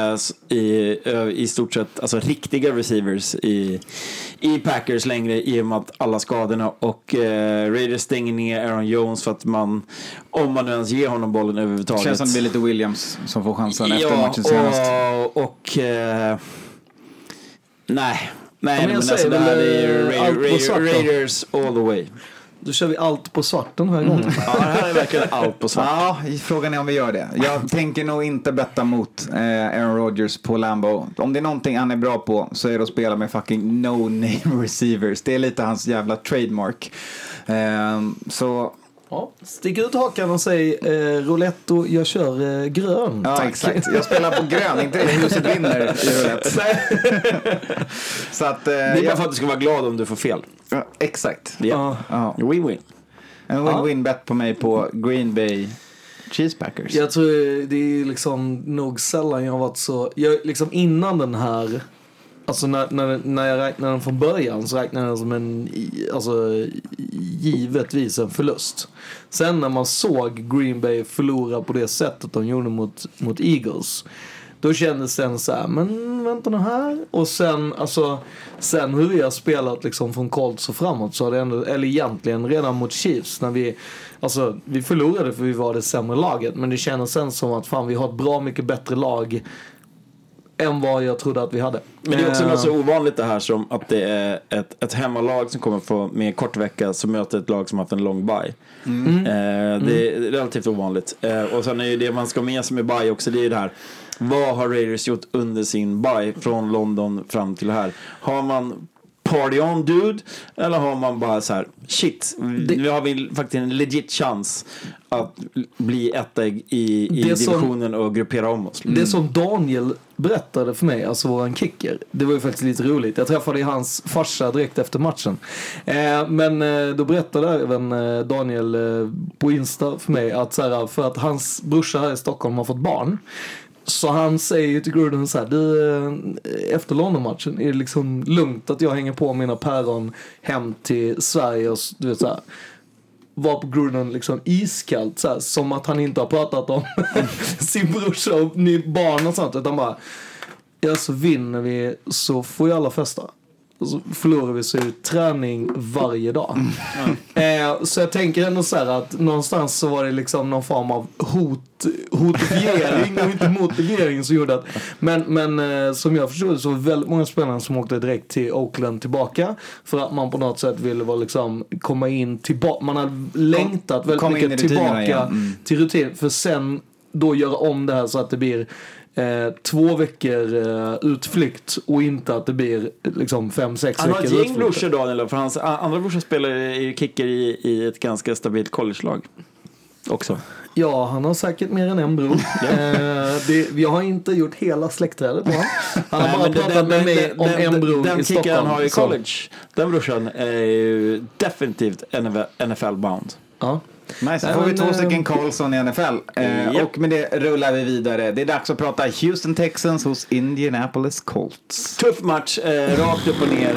i stort sett, alltså riktiga receivers i Packers längre i och med att alla skadorna och Raiders stänger ner Aaron Jones för att om man nu ens ger honom bollen överhuvudtaget. Känns som det blir lite Williams som får chansen efter matchen senast. Nej, men alltså det här är Raiders all the way. Då kör vi allt på svart den här gången. Ja, det här är verkligen allt på svart. Ja, frågan är om vi gör det. Jag tänker nog inte betta mot Aaron Rodgers på Lambeau. Om det är någonting han är bra på så är det att spela med fucking no-name receivers. Det är lite hans jävla trademark. Så... Ja, stick ut hakan och säg Roletto, jag kör grön. Ja, tack. Exakt. Jag spelar på grön, inte huset vinner i roulette. Så att, det är bara för att du ska vara glad om du får fel. Ja, exakt. Ja. Win-win. En win-win bet på mig på Green Bay Cheese Packers. Jag tror det är liksom nog sällan jag har varit så... liksom innan den här... Alltså när jag räknade den från början så räknade jag den som givetvis en förlust. Sen när man såg Green Bay förlora på det sättet de gjorde mot Eagles, då kändes den så här, men vänta nu här. Och sen hur vi har spelat liksom från Colts och framåt så har det ändå, eller egentligen redan mot Chiefs när vi förlorade för vi var det sämre laget, men det kändes sen som att fan vi har ett bra mycket bättre lag än vad jag trodde att vi hade. Men det är också något så ovanligt det här som att det är ett hemmalag som kommer få med kort vecka som möter ett lag som har haft en lång bye. Det är relativt ovanligt. Och sen är ju det man ska med sig med bye också, det är ju det här. Vad har Raiders gjort under sin bye från London fram till här? Har man party on dude eller har man bara så här shit, vi har faktiskt en legit chans att bli etta i divisionen och gruppera om oss. Det som Daniel berättade för mig, alltså våran kicker, det var ju faktiskt lite roligt. Jag träffade hans farsa direkt efter matchen. Men då berättade även Daniel på Insta för mig att så här, för att hans brorsa här i Stockholm har fått barn. Så han säger ju till Gruden så här, efter London-matchen är det liksom lugnt att jag hänger på mina päron hem till Sverige och du vet så här, var på Gruden liksom iskallt så här, som att han inte har pratat om sin brorsa och barn och sånt, utan bara så vinner vi så får ju alla festa. Och så förlorar vi så träning varje dag. Så jag tänker ändå så här att någonstans så var det liksom någon form av hotifiering och inte motivering som gjorde att men som jag förstod så var väldigt många spelare som åkte direkt till Oakland tillbaka för att man på något sätt ville vara liksom komma in tillbaka. Man hade längtat väldigt mycket tillbaka till rutin för sen då göra om det här så att det blir 2 veckor utflykt och inte att det blir liksom 5-6 veckor. Han har ett gäng brorsor Daniel, för hans andra brorsor spelar i kicker i ett ganska stabilt college-lag också. Ja, han har säkert mer än en bror. Jag har inte gjort hela släktträdet på honom. Han har bara pratat med mig om en bror den i Stockholm. Den har i college. Den brorsan är ju definitivt NFL-bound. Ja. Nej, så får vi 2 stycken Carlson i NFL. Och med det rullar vi vidare. Det är dags att prata Houston Texans hos Indianapolis Colts. Tuff match, rakt upp och ner.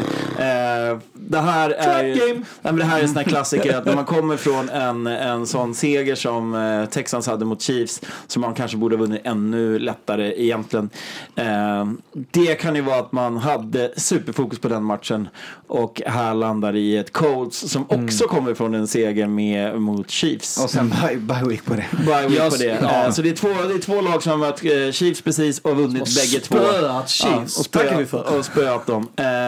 Det här är en sån här klassiker att när man kommer från en sån seger som Texans hade mot Chiefs, som man kanske borde ha vunnit ännu lättare egentligen. Det kan ju vara att man hade superfokus på den matchen och här landar i ett Colts som också kommer från en seger mot Chiefs. Och sen bye week på det. Så det är två lag som har mött Chiefs precis och vunnit bägge två. Och spöat dem.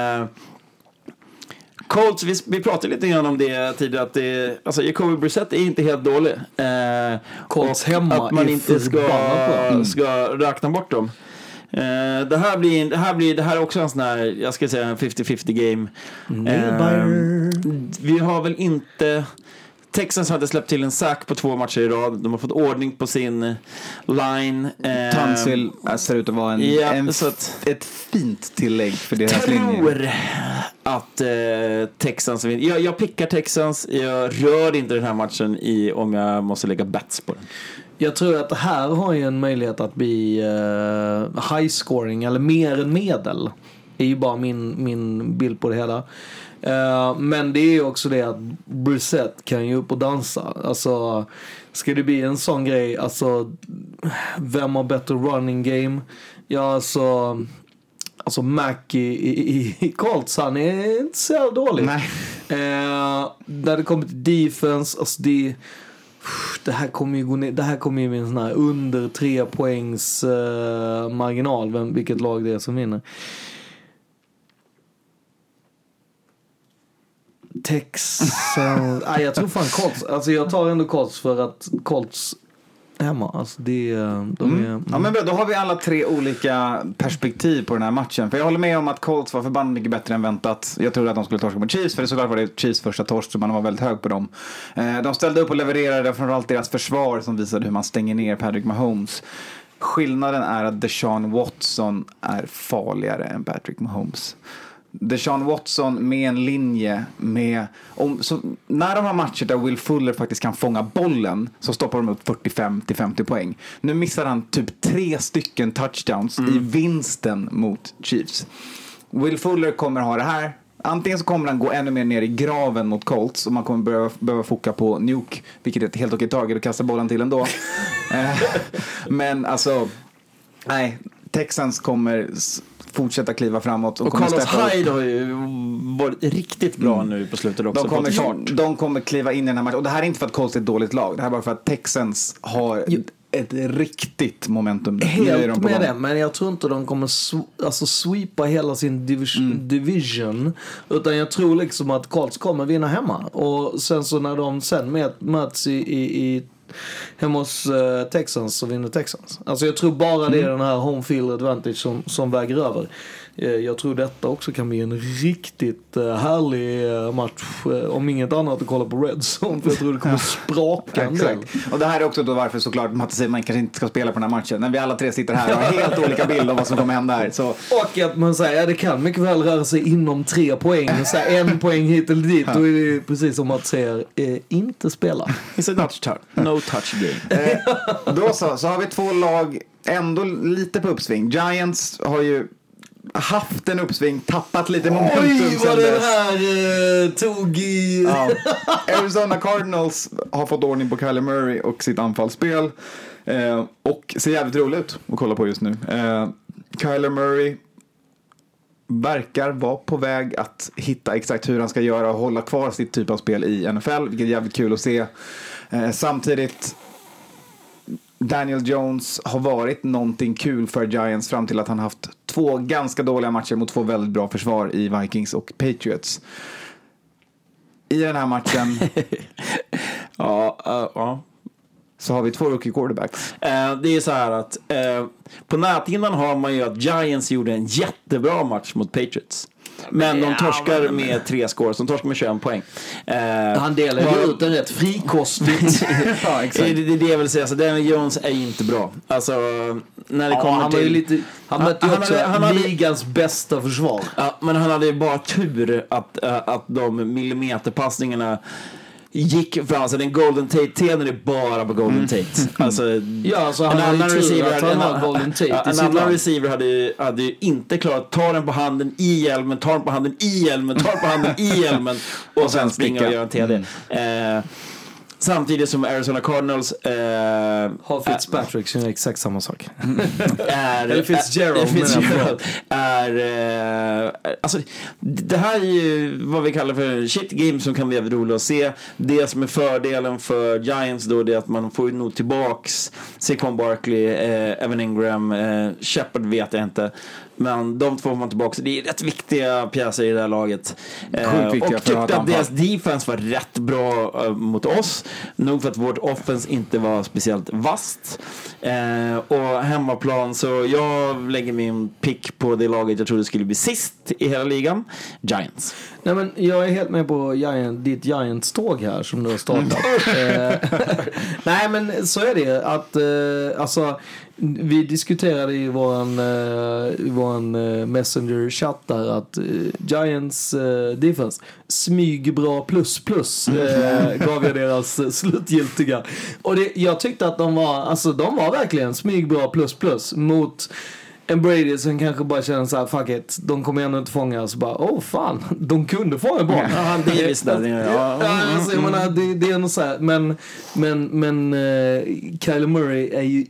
Colts, vi pratade lite grann om det tidigare att alltså Jacoby Brissett är inte helt dålig. Colts hemma att man inte ska räkna bort dem. Det här är också en sån här, jag ska säga en 50-50 game. Vi har väl inte Texans har inte släppt till en sack på 2 matcher i rad. De har fått ordning på sin line. Tunsil ser ut att vara ett fint tillägg för deras linje. Jag tror att Texans vinner. Jag pickar Texans. Jag rör inte den här matchen om jag måste lägga bets på den. Jag tror att det här har ju en möjlighet att bli high scoring eller mer än medel. Det är ju bara min bild på det hela. Men det är ju också det att Brissett kan ju upp och dansa. Alltså, ska det bli en sån grej, alltså, vem har bättre running game? Ja, alltså Mac i Colts, han är inte så dålig. Nej. När det kommer till defense, alltså det här kommer ju gå ner, det här kommer ju med en sån här under 3 poängs marginal, vilket lag det är som vinner. Jag tror fan Colts. Alltså jag tar ändå Colts för att Colts hemma. Alltså Ja, men då har vi alla 3 olika perspektiv på den här matchen. För jag håller med om att Colts var förbannat mycket bättre än väntat. Jag trodde att de skulle torska mot Chiefs, för det såklart var det Chiefs första torsk, så man var väldigt hög på dem. De ställde upp och levererade, framförallt deras försvar som visade hur man stänger ner Patrick Mahomes. Skillnaden är att Deshaun Watson är farligare än Patrick Mahomes. Deshaun Watson med en linje när de har matcher där Will Fuller faktiskt kan fånga bollen, så stoppar de upp 45-50 poäng. Nu missar han typ 3 stycken touchdowns i vinsten mot Chiefs. Will Fuller kommer ha det här. Antingen så kommer han gå ännu mer ner i graven mot Colts och man kommer behöva foka på Nuke, vilket är ett helt okej taget att kasta bollen till ändå. Men alltså, nej, Texans kommer fortsätta kliva framåt. Och Carlos Hyde har ju varit riktigt bra nu på slutet också. De kommer kliva in i den här matchen. Och det här är inte för att Colts är ett dåligt lag. Det här är bara för att Texans har ett riktigt momentum. Helt med det, men jag tror inte de kommer sweepa hela sin division, utan jag tror liksom att Colts kommer vinna hemma. Och sen så när de sen möts i hemma hos Texans, så vinner Texans. Alltså jag tror bara det är den här home field advantage som väger över. Jag tror detta också kan bli en riktigt härlig match, om inget annat att kolla på Red Zone, för jag tror det kommer spraka en del. Och det här är också då varför såklart man kanske inte ska spela på den här matchen, när vi alla 3 sitter här och har helt olika bild av vad som kommer hända här. Så. Och att man säger, det kan mycket väl röra sig inom 3 poäng, så 1 poäng hit eller dit, då är det precis som att säga inte spela. It's a no touch game. Då så har vi 2 lag ändå lite på uppsving. Giants har ju haft en uppsving, tappat lite momentum. Oj, vad det här tog i... Ja. Arizona Cardinals har fått ordning på Kyler Murray och sitt anfallsspel. Och ser jävligt roligt ut att kolla på just nu. Kyler Murray verkar vara på väg att hitta exakt hur han ska göra och hålla kvar sitt typ av spel i NFL, vilket är jävligt kul att se. Samtidigt, Daniel Jones har varit någonting kul för Giants fram till att han haft 2 ganska dåliga matcher mot 2 väldigt bra försvar i Vikings och Patriots. I den här matchen så har vi 2 rookie quarterbacks. Det är så här att på näthinnan har man ju att Giants gjorde en jättebra match mot Patriots. Men de torskar med 3 scores. De torskar med 21 poäng. Han delar ju ut den rätt frikostigt. Ja, exakt. Det är det jag vill säga. Så Daniel Jones är inte bra. Alltså, när det kommer till... Han mötte ju också ligans bästa försvar. Ja, men han hade ju bara tur att de millimeterpassningarna gick fram. Alltså den Golden Tate-tenen är bara på Golden Tate. Alltså, han en annan receiver hade ju inte klarat ta den på handen i hjälmen, ta den på handen i hjälmen, ta den på handen i hjälmen och sen springa och göra en TD. Samtidigt som Arizona Cardinals har Fitzpatrick som är exakt samma sak. Eller Fitzgerald alltså, det här är ju vad vi kallar för shit game, som kan bli roligt att se. Det som är fördelen för Giants då, det är att man får nog tillbaks Saquon Barkley, Evan Ingram, Shepard vet jag inte, men de 2 får man tillbaka. Det är rätt viktiga pjäser i det här laget. Och tyckte att deras defense var rätt rätt bra mot oss. Nog för att vårt offense inte var speciellt vast. Och hemmaplan, så jag lägger min pick på det laget jag trodde skulle bli sist i hela ligan. Giants. Nej, men jag är helt med på ditt Giants-tåg här som du har startat. Nej, men så är det att alltså, vi diskuterade i våran Messenger-chatt där att Giants defense smygbra plus gav jag deras slutgiltiga. Och jag tyckte att de var verkligen smygbra plus mot en Brady som kanske bara känner så här, fuck it, de kommer ändå inte fånga, så bara, fan, de kunde få en boll. Det är visst det. Jag menar, det är nog så här, men Kyler Murray är ju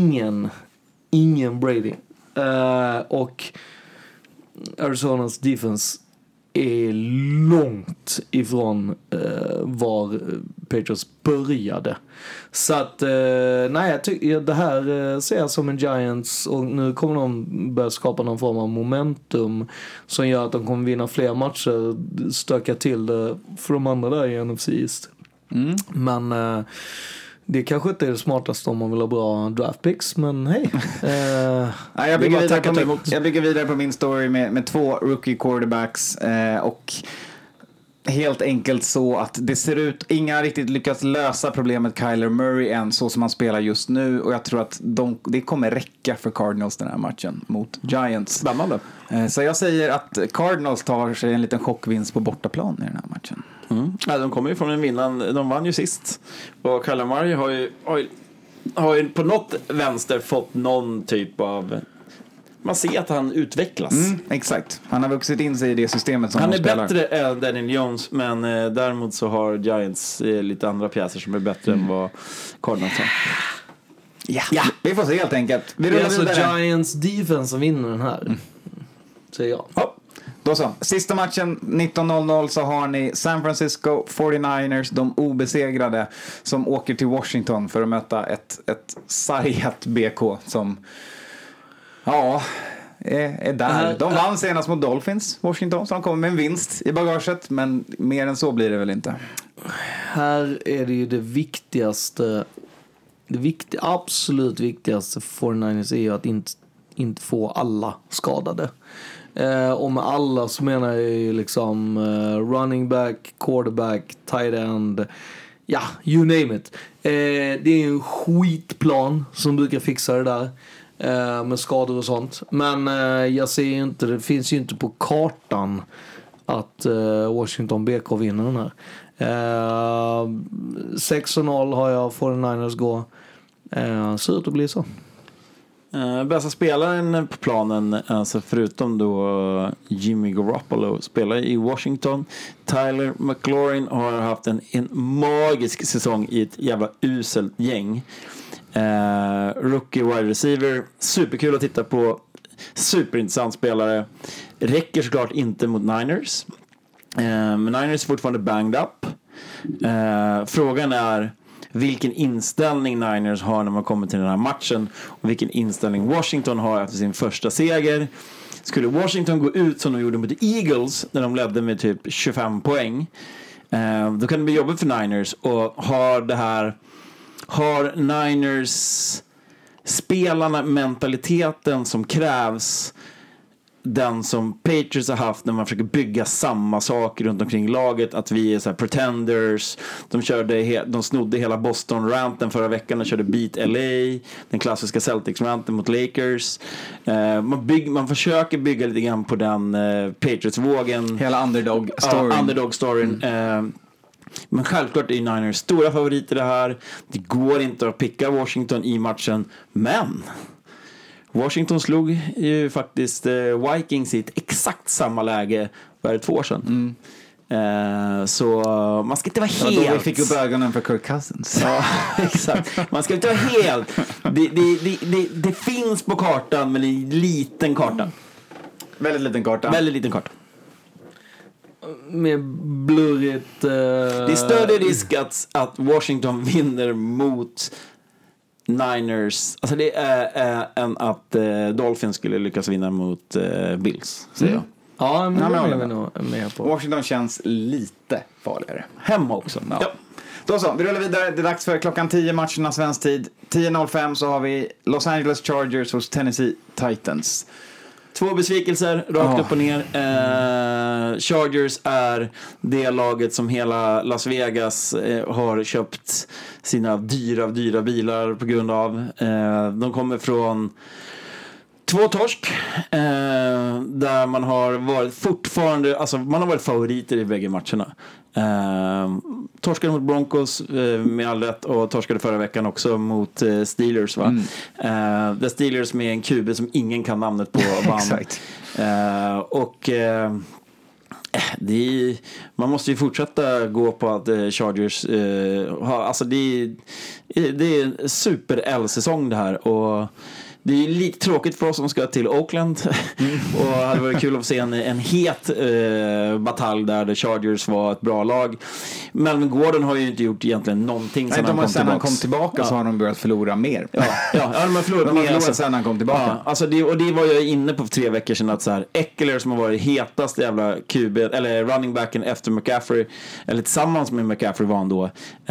ingen Brady. Och Arizonas defense är långt ifrån var Patriots började. Så att nej, jag tycker det här ser jag som en Giants, och nu kommer de börja skapa någon form av momentum som gör att de kommer vinna fler matcher, stöka till det för de andra där i NFC East. Men det kanske inte är det smartaste om man vill ha bra draft picks, men hej. Jag bygger vidare på min story med 2 rookie quarterbacks och helt enkelt så att det ser ut, inga riktigt lyckats lösa problemet Kyler Murray än så som han spelar just nu, och jag tror att det kommer räcka för Cardinals den här matchen mot Giants. Spännande. Så jag säger att Cardinals tar sig en liten chockvinst på bortaplan i den här matchen. Ja, de kommer ju från en vinnand. De vann ju sist. Och Kyler Murray har ju på något vänster fått någon typ av... Man ser att han utvecklas. Exakt. Han har vuxit in sig i det systemet som han är spelar. Bättre än Daniel Jones, men däremot så har Giants lite andra pjäser som är bättre än vad Cardinals har. Ja, vi får se helt enkelt. Det är alltså Giants defense som vinner den här. Säger jag. Ja. Då så. Sista matchen 19:00 så har ni San Francisco 49ers, de obesegrade, som åker till Washington för att möta ett sargat BK som är där. De vann senast mot Dolphins, Washington, så de kommer med en vinst i bagaget, men mer än så blir det väl inte. Här är det ju det viktigaste, absolut viktigaste för 49ers är ju att inte få alla skadade. Och med alla så menar jag ju liksom running back, quarterback, tight end, you name it. Det är en skitplan som brukar fixa det där med skador och sånt. Men jag ser ju inte, det finns ju inte på kartan att Washington BK vinner den här. 6-0 har jag 49ers gå. Ser ut att bli så. Bästa spelaren på planen, alltså förutom då Jimmy Garoppolo, spelar i Washington. Tyler McLaurin har haft en magisk säsong i ett jävla uselt gäng. Rookie wide receiver, superkul att titta på, superintressant spelare. Räcker såklart inte mot Niners, men Niners är fortfarande banged up. Frågan är vilken inställning Niners har när man kommer till den här matchen, och vilken inställning Washington har efter sin första seger. Skulle Washington gå ut som de gjorde mot Eagles när de ledde med typ 25 poäng, då kan det bli jobbigt för Niners. Och har Niners spelarna mentaliteten som krävs, den som Patriots har haft när man försöker bygga samma sak runt omkring laget, att vi är så här pretenders. De snodde hela Boston-ranten förra veckan och körde beat LA, den klassiska Celtics-ranten mot Lakers. Man försöker bygga lite grann på den Patriots-vågen, hela underdog-storyn. Men självklart är Niners stora favoriter det här. Det går inte att picka Washington i matchen, men Washington slog ju faktiskt Vikings i ett exakt samma läge för 2 år sedan. Så man ska inte vara helt... Då vi fick upp ögonen för Kirk Cousins. Ja, exakt. Man ska inte vara helt... Det finns på kartan, men en liten karta. Väldigt liten karta. Väldigt liten karta. Med blurrigt... Det är större risk att Washington vinner mot Niners, alltså det är än att Dolphins skulle lyckas vinna mot Bills, säger jag. Ja, men det är men vi nog med på. Washington känns lite farligare. Hemma också. Ja. Då så, vi rullar vidare. Det är dags för klockan 10 matcherna svensk tid. 10.05 så har vi Los Angeles Chargers hos Tennessee Titans. 2 besvikelser, rakt upp och ner. Chargers är det laget som hela Las Vegas har köpt sina dyra bilar på grund av. De kommer från 2 torsk där man har varit fortfarande, alltså man har varit favoriter i bägge matcherna. Torskade mot Broncos med all rätt och torskade förra veckan också mot Steelers, va? The Steelers med en QB som ingen kan namnet på. Exakt. Man måste ju fortsätta gå på att Chargers alltså det är super-L-säsong det här, och det är lite tråkigt för oss som ska till Oakland. Och det hade varit kul att se en het batalj där Chargers var ett bra lag. Melvin Gordon har ju inte gjort egentligen någonting sen han kom tillbaka. Så har de börjat förlora mer. Ja, de har förlorat mer sen han kom tillbaka. Ja, alltså och det var jag inne på för 3 veckor sedan, att så här, Eckler som har varit hetast jävla QB eller running backen efter McCaffrey, eller tillsammans med McCaffrey var han då.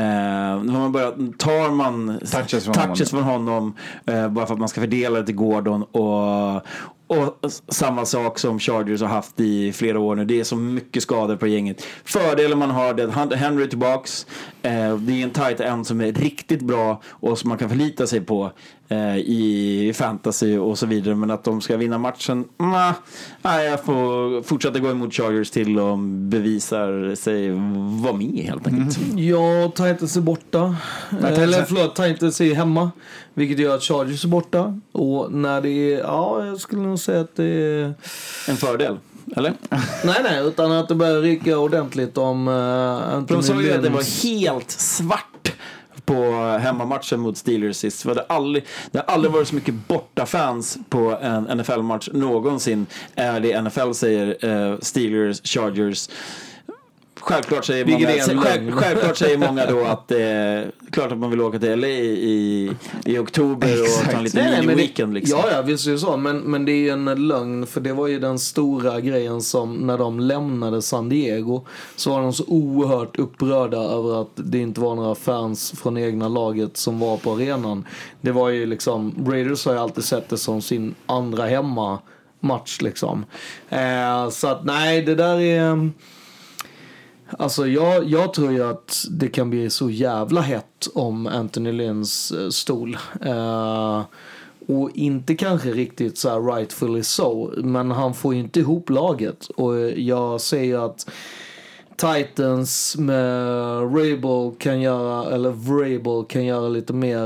Tar man touches från honom bara för att man ska fördela till Gordon, och samma sak som Chargers har haft i flera år nu. Det är så mycket skador på gänget. Fördelen man har det Hunter Henry tillbaks. Det är en tight end som är riktigt bra och som man kan förlita sig på i fantasy och så vidare. Men att de ska vinna matchen, nej, jag får fortsätta gå emot Chargers till och bevisar sig vara med helt enkelt. Ja, Titans är borta. Titans är hemma, vilket gör att Chargers är borta. Och när det är, jag skulle nog säga att det är en fördel. Eller? Nej, utan att det börjar rycka ordentligt om Anthony de sa ju att det var helt svart på hemmamatchen mot Steelers sist. Det har aldrig varit så mycket borta fans på en NFL-match någonsin. Är det NFL säger Steelers, Chargers. Självklart säger många då att det är klart att man vill åka till LA i oktober och ta en liten mini-weekend liksom. Ja, visst är det så. Men det är ju en lögn, för det var ju den stora grejen som när de lämnade San Diego, så var de så oerhört upprörda över att det inte var några fans från egna laget som var på arenan. Det var ju liksom, Raiders har ju alltid sett det som sin andra hemmamatch liksom. Så att nej, det där är... Alltså jag tror ju att det kan bli så jävla hett om Anthony Lynns stol. Och inte kanske riktigt så här rightfully so, men han får ju inte ihop laget. Och jag säger att Titans med Vrabel kan göra lite mer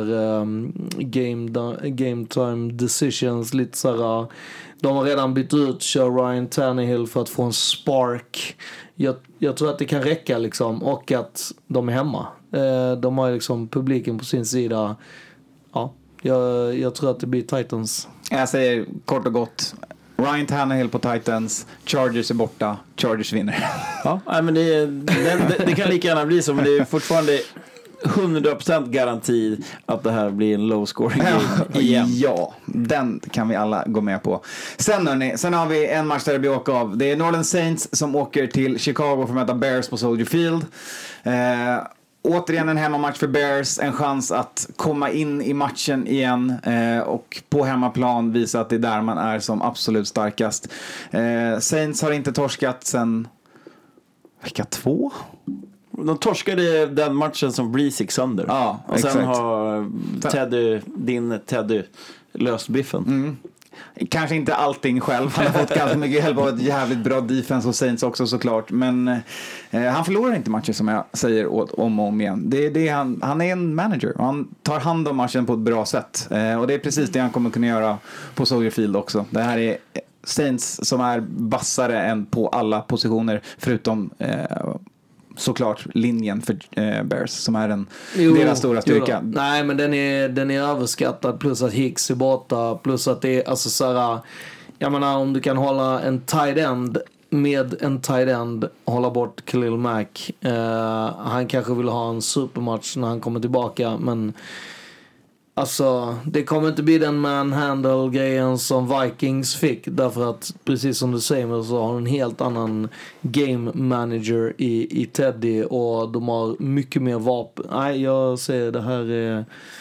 game time decisions, lite så här. De har redan bytt ut Ryan Tannehill för att få en spark. Jag tror att det kan räcka liksom, och att de är hemma. De har liksom publiken på sin sida. Ja, jag tror att det blir Titans. Jag säger kort och gott, Ryan Tannehill på Titans, Chargers är borta, Chargers vinner. Ja, men det kan lika gärna bli så, men det är fortfarande 100% garanti att det här blir en low scoring game igen. Ja, den kan vi alla gå med på. Sen har vi en match där det blir åka av. Det är New Orleans Saints som åker till Chicago för att möta Bears på Soldier Field. Återigen en hemmamatch för Bears, en chans att komma in i matchen igen och på hemmaplan visa att det är där man är som absolut starkast. Saints har inte torskat sen vecka 2. De torskade den matchen som Breeze gick sönder. Ja, och exakt. Sen har Teddy löst biffen. Kanske inte allting själv. Han har fått ganska mycket hjälp av ett jävligt bra defense hos Saints också såklart. Men han förlorar inte matcher, som jag säger om och om igen. Han är en manager. Han tar hand om matchen på ett bra sätt. Och det är precis det han kommer kunna göra på Soldier Field också. Det här är Saints som är bassare än på alla positioner förutom... såklart linjen för Bears som är deras stora styrka. Nej, men den är överskattad, plus att Hicks är borta, plus att det är alltså såhär, jag menar, om du kan hålla en tight end med en tight end, hålla bort Khalil Mack, han kanske vill ha en supermatch när han kommer tillbaka, men Alltså, det kommer inte bli den manhandle-grejen som Vikings fick. Därför att, precis som du säger, så har en helt annan game manager i Teddy. Och de har mycket mer vapen. Nej, jag säger det här är...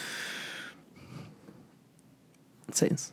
Saints.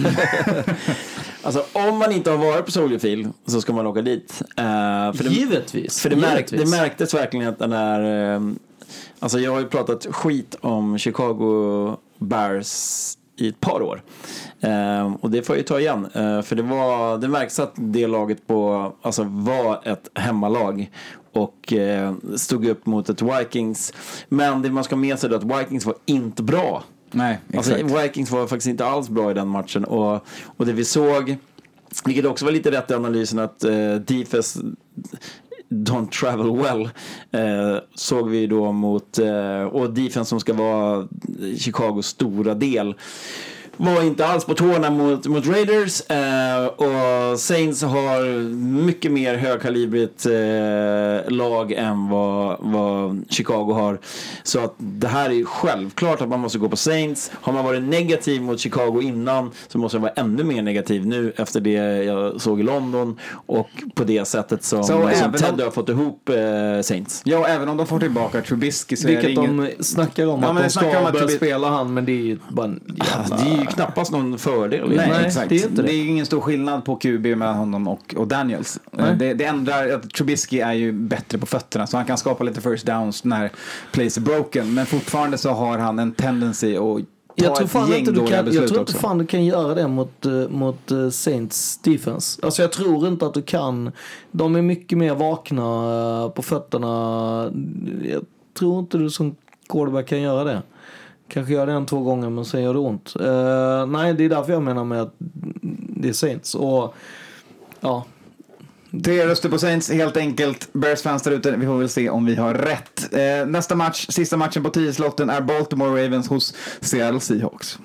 Alltså om man inte har varit på Soldier Field så ska man åka dit. Givetvis. För det märktes verkligen att den är... Alltså jag har ju pratat skit om Chicago Bears i ett par år. Och det får jag ju ta igen. För det märks att det laget var ett hemmalag. Och stod upp mot ett Vikings. Men det man ska med sig är att Vikings var inte bra. Nej, exakt. Alltså, Vikings var faktiskt inte alls bra i den matchen. Och det vi såg, vilket också var lite rätt i analysen, att defense don't travel well, såg vi då mot och defense som ska vara Chicagos stora del var inte alls på tårna mot Raiders, och Saints har mycket mer högkalibrigt lag än vad Chicago har. Så att det här är självklart att man måste gå på Saints. Har man varit negativ mot Chicago innan så måste man vara ännu mer negativ nu efter det jag såg i London och på det sättet som Ted har fått ihop Saints. Ja, även om de får tillbaka Trubisky så vilket är det de snackar om att de ska börja spela han, men det är ju bara en jävla... Det är ju knappast någon fördel. Nej, exakt. Det är inte det. Det är ingen stor skillnad på QB mellan honom och Daniels. Det ändrar att Trubisky är ju bättre på fötterna så han kan skapa lite first downs när plays är broken, men fortfarande så har han en tendency att jag tror inte fan du kan göra det mot Saints defense. Alltså jag tror inte att du kan. De är mycket mer vakna på fötterna. Jag tror inte du som quarterback kan göra det. Kanske gör det 1-2 gånger, men sen gör det ont. Nej, det är därför jag menar med att det är Saints. Och ja, 3 röster på Saints, helt enkelt. Bears-fans där ute, vi får väl se om vi har rätt. Nästa match, sista matchen på 10-slotten är Baltimore Ravens hos Seattle Seahawks.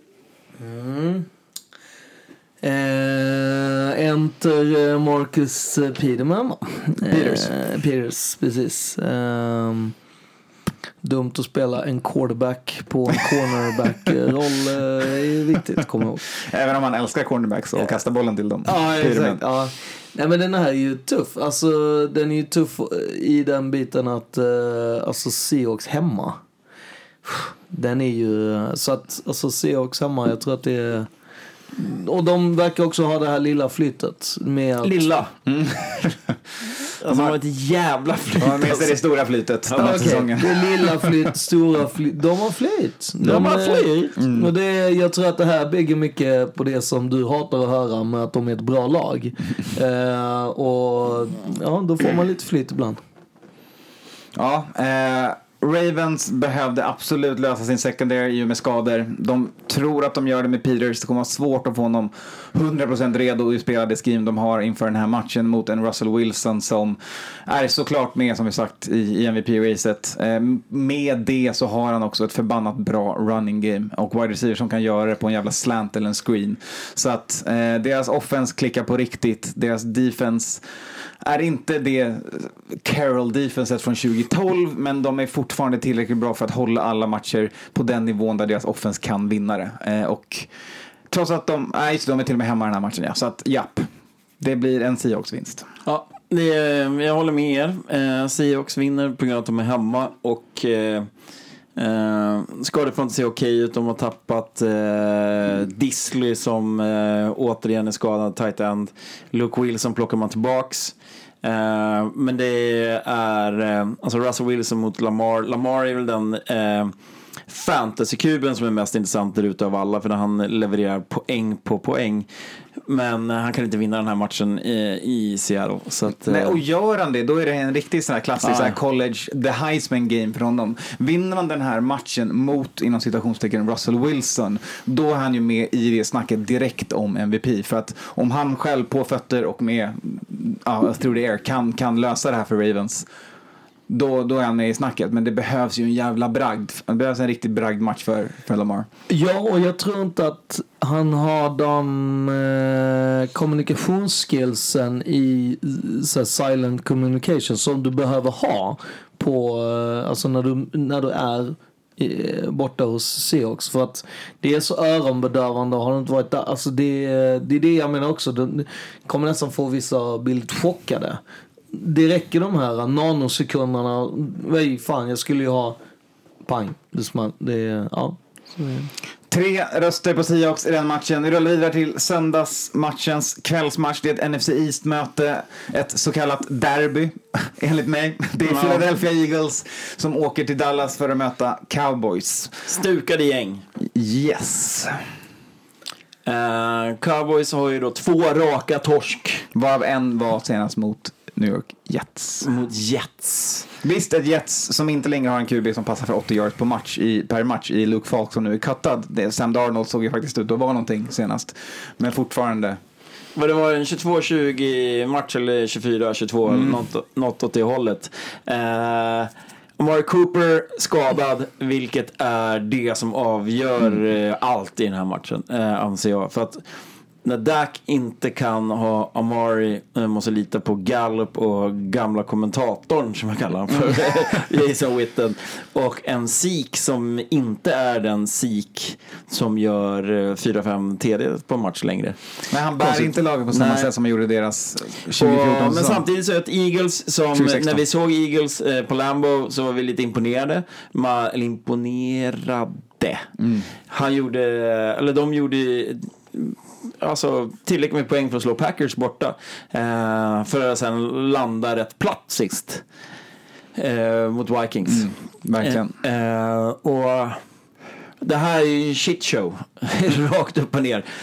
Enter Marcus Peterman. Peters, precis. Dumt att spela en quarterback på en cornerback-roll är viktigt, kommer ihåg. Även om man älskar cornerbacks och kastar bollen till dem. Ja, exakt. Ja. Nej, men den här är ju tuff. Alltså, den är ju tuff i den biten att alltså Seahawks hemma. Den är ju så att alltså Seahawks hemma, jag tror att det är, och de verkar också ha det här lilla flyttet med att... Lilla. Alltså, de har ett jävla flyt. Ja, med sig det stora flytet den här säsongen. Det lilla flyt, stora flyt. De har flyt. Och jag tror att det här bygger mycket på det som du hatar att höra med att de är ett bra lag. Och ja, då får man lite flyt ibland. Ja, Ravens behövde absolut lösa sin secondary ju med skador. De tror att de gör det med Peters. Det kommer vara svårt att få honom 100% redo att spela det scheme de har inför den här matchen mot en Russell Wilson som är såklart med, som vi sagt, i MVP-racet. Med det så har han också ett förbannat bra running game och wide receiver som kan göra det på en jävla slant eller en screen. Så att deras offense klickar på riktigt. Deras defense är inte det Carroll-defenset från 2012, men de är fortfarande tillräckligt bra för att hålla alla matcher på den nivån där deras offense kan vinna det. Och trots att de är till och med hemma den här matchen, ja. Så att japp, det blir en Seahawks-vinst. Ja, jag håller med er. Seahawks vinner på grund av att de är hemma och skadefronten ser okej ut. De har tappat Disley som återigen är skadad, tight end. Luke Wilson plockar man tillbaks. Men det är alltså Russell Wilson mot Lamar. Lamar är väl den fantasy-kuben som är mest intressant där ute av alla, för när han levererar poäng på poäng. Men han kan inte vinna den här matchen i Seattle. Så att, nej, och gör han det, då är det en riktig sån här klassisk så här college, the Heisman game för honom. Vinner man den här matchen mot, inom citationstecken, Russell Wilson, då är han ju med i det snacket direkt om MVP. För att om han själv på fötter och med through the air kan lösa det här för Ravens, då är han med i snacket. Men det behövs ju en jävla bragd. Det behövs en riktigt bragd match för Lamar. Ja, och jag tror inte att han har de kommunikationsskillsen i så silent communication som du behöver ha på, alltså när du är borta hos Seahawks, för att det är så öronbedövande. Har det inte varit där, alltså det är det jag menar också. De kommer nästan få vissa bli chockade. Det räcker de här nanosekunderna. Fan, jag skulle ju ha pang. Ja. 3 röster på Seahawks i den matchen. Vi rullar vidare till söndagsmatchens kvällsmatch. Det är ett NFC East-möte. Ett så kallat derby, enligt mig. Det är Philadelphia Eagles som åker till Dallas för att möta Cowboys. Stukade gäng. Yes. Cowboys har ju då 2 raka torsk. Varav en var senast mot New York Jets. Mot Jets. Visst, ett Jets som inte längre har en QB som passar för 80 yards per match i Luke Falk som nu är cuttad. Sam Darnold såg ju faktiskt ut att vara någonting senast. Men fortfarande... Vad det var en 22-20 match eller 24-22 något åt det hållet. Amari Cooper skadad, vilket är det som avgör allt i den här matchen, anser jag. För att när Dak inte kan ha Amari, måste lita på Gallup och gamla kommentatorn som jag kallar honom för, Jason Witten, och en Zeke som inte är den Zeke som gör 4-5 TD på match längre. Men han bär inte laget på samma sätt som han gjorde deras 2014. Men samtidigt så är det Eagles som 2016. När vi såg Eagles på Lambeau så var vi lite imponerade. De gjorde alltså tillräckligt med poäng för att slå Packers borta, för att sen landa rätt platt sist mot Vikings. Verkligen. Och det här är ju en shitshow rakt upp och ner.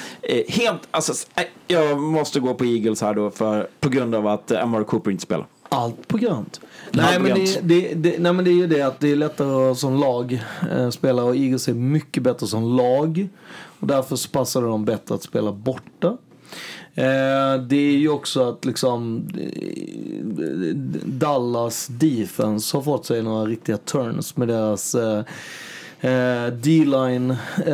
Jag måste gå på Eagles här då på grund av att Amari Cooper inte spelar. Allt på grönt. Nej, men det är ju det att det är lättare som lag spela, och Eagles är mycket bättre som lag, och därför så passar det dem bättre att spela borta. Det är ju också att liksom Dallas defense har fått sig några riktiga turns med deras D-line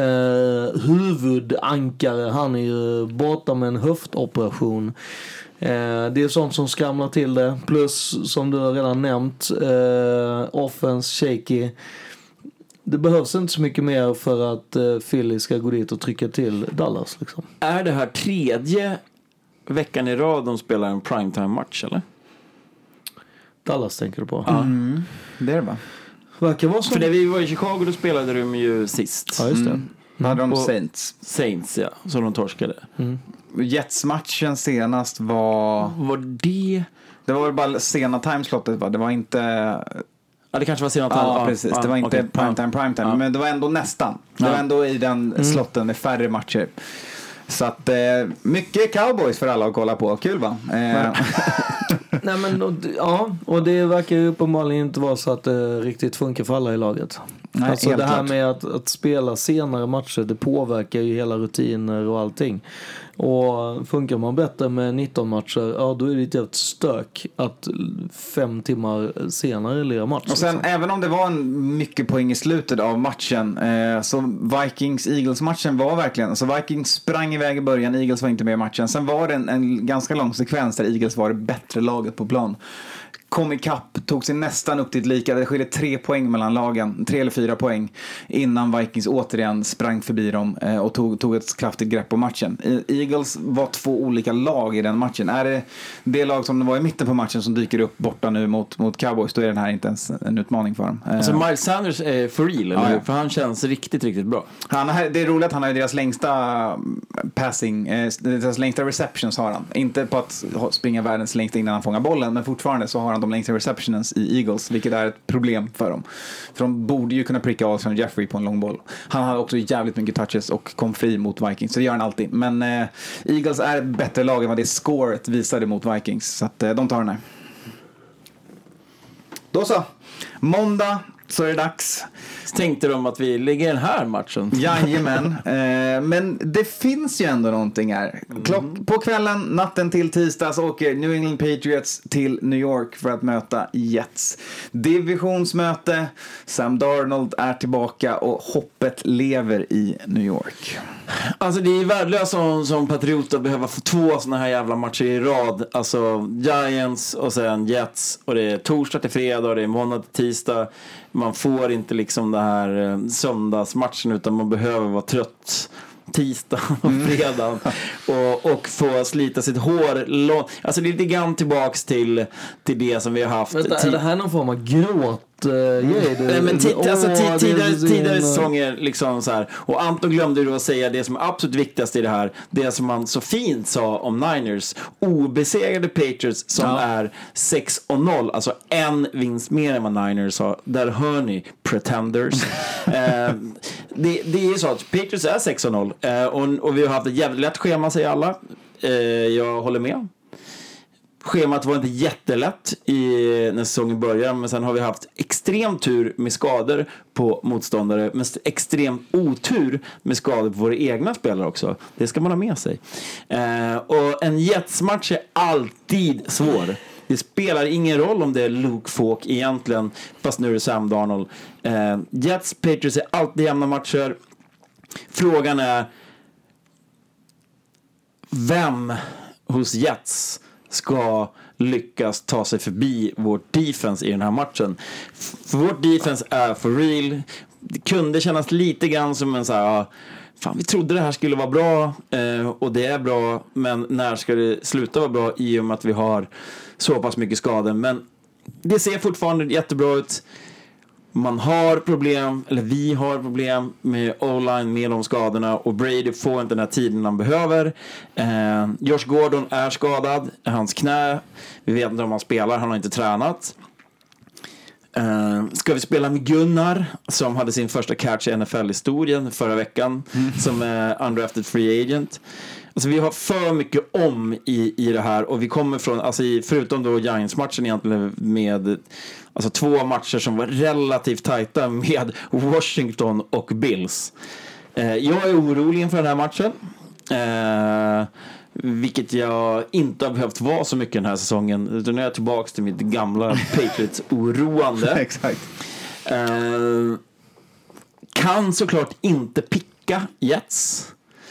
huvudankare. Han är ju borta med en höftoperation. Det är sånt som skramlar till det. Plus, som du har redan nämnt, offense shaky. Det behövs inte så mycket mer för att Philly ska gå dit och trycka till Dallas liksom. Är det här 3:e veckan i rad de spelar en primetime-match, eller? Dallas tänker du på? Det är det bara. Verkar vara så. För när vi var i Chicago då spelade de ju sist. Ja, just det. Hade de Saints, ja, så de torskade. Jets-matchen senast var det var väl bara sena timeslottet, va? Det var inte... Ja, det kanske var sena time. Ja, precis. Det var inte primetime. Men det var ändå nästan. Det var ändå i den slotten med färre matcher. Så att mycket Cowboys för alla att kolla på. Kul, va? Nej, men och det verkar ju uppenbarligen inte vara så att det riktigt funkar för alla i laget. Nej, alltså det här klart. med att spela senare matcher, det påverkar ju hela rutiner och allting. Och funkar man bättre med 19 matcher, ja, då är det ett jävligt stök att 5 timmar senare lira match. Och sen, även om det var mycket poäng i slutet av matchen, så Vikings-Eagles-matchen var verkligen, alltså Vikings sprang iväg i början, Eagles var inte med i matchen. Sen var det en ganska lång sekvens där Eagles var det bättre laget på plan. Kom i kapp, tog sig nästan upp till ett lika. Det skiljer 3 poäng mellan lagen, 3 eller 4 poäng, innan Vikings återigen sprang förbi dem och tog ett kraftigt grepp på matchen. Eagles var 2 olika lag i den matchen. Är det lag som det var i mitten på matchen som dyker upp borta nu mot Cowboys, då är den här inte ens en utmaning för dem. Alltså Miles Sanders är for real, eller? Ja. För han känns riktigt, riktigt bra. Det är roligt att han har deras längsta passing, deras längsta receptions har han. Inte på att springa världens längsta innan han fångar bollen, men fortfarande så har han de längsta receptions i Eagles, vilket är ett problem för dem. För de borde ju kunna pricka Alshon Jeffrey på en lång boll. Han har också jävligt mycket touches och kom fri mot Vikings, så det gör han alltid. Men Eagles är ett bättre lag än vad det scoret visade mot Vikings, så att de tar den här. Då så. Måndag så är det dags. Tänkte de att vi lägger den här matchen? Jajamän. Men det finns ju ändå någonting här. På kvällen, natten till tisdag, så åker New England Patriots till New York för att möta Jets. Divisionsmöte. Sam Darnold är tillbaka och hoppet lever i New York. Alltså det är värdelöst som patriot att behöva få 2 såna här jävla matcher i rad. Alltså Giants och sen Jets, och det är torsdag till fredag och det är måndag till tisdag. man får inte liksom det här söndagsmatchen, utan man behöver vara trött tisdag och fredag och få slita sitt hår alltså lite grann tillbaks till det som vi har haft. Är det här någon form av gråt? Nej, men tidigare säsonger liksom så här. Och Anton glömde ju att säga det som är absolut viktigast i det här, det som man så fint sa om Niners, obesegrade Patriots som är 6-0, alltså en vinst mer än vad Niners har. Där hör ni pretenders. Det är ju så att Patriots är 6-0 och vi har haft ett jävligt lätt schema, säger alla. Jag håller med. Schemat var inte jättelätt när säsongen började, men sen har vi haft extrem tur med skador på motståndare, men extrem otur med skador på våra egna spelare också. Det ska man ha med sig. Och en Jets-match är alltid svår. Det spelar ingen roll om det är Luke Falk egentligen, fast nu är det Sam Darnold. Jets, Patriots är alltid jämna matcher. Frågan är vem hos Jets ska lyckas ta sig förbi vårt defense i den här matchen. För vårt defense är for real. Det kunde kännas lite grann som en så här, fan, vi trodde det här skulle vara bra och det är bra, men när ska det sluta vara bra i och med att vi har så pass mycket skador. Men det ser fortfarande jättebra ut. Man har problem, eller vi har problem med O-line med de skadorna, och Brady får inte den här tiden han behöver. Josh Gordon är skadad, hans knä, vi vet inte om han spelar, han har inte tränat. Ska vi spela med Gunnar som hade sin första catch i NFL-historien förra veckan, som är undrafted free agent. Alltså vi har för mycket i det här, och vi kommer från, alltså förutom då Giants-matchen egentligen, med alltså 2 matcher som var relativt tajta med Washington och Bills. Jag är orolig inför den här matchen, vilket jag inte har behövt vara så mycket den här säsongen, utan nu är jag tillbaka till mitt gamla Patriots oroande. Exakt. Kan såklart inte picka Jets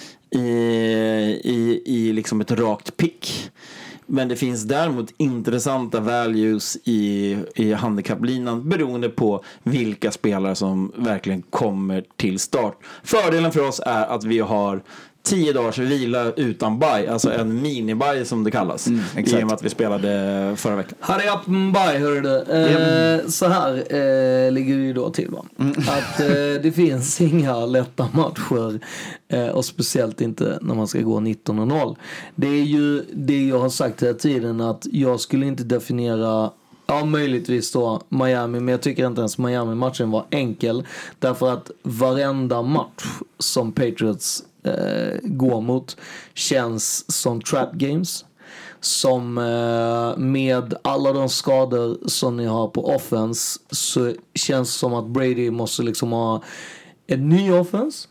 i liksom ett rakt pick, men det finns däremot intressanta values i handikapplinan beroende på vilka spelare som verkligen kommer till start. Fördelen för oss är att vi har 10 dagars vila utan bye, alltså en mini-bye som det kallas, i och med att vi spelade förra veckan. Hurry up and bye, hörde du. Så här ligger det ju då till, va? Att det finns inga lätta matcher, och speciellt inte när man ska gå 19-0. Det är ju det jag har sagt hela tiden, att jag skulle inte definiera, ja, möjligtvis då Miami, men jag tycker inte ens Miami-matchen var enkel, därför att varenda match som Patriots går mot känns som trap games, som med alla de skador som ni har på offense, så känns som att Brady måste liksom ha en ny offense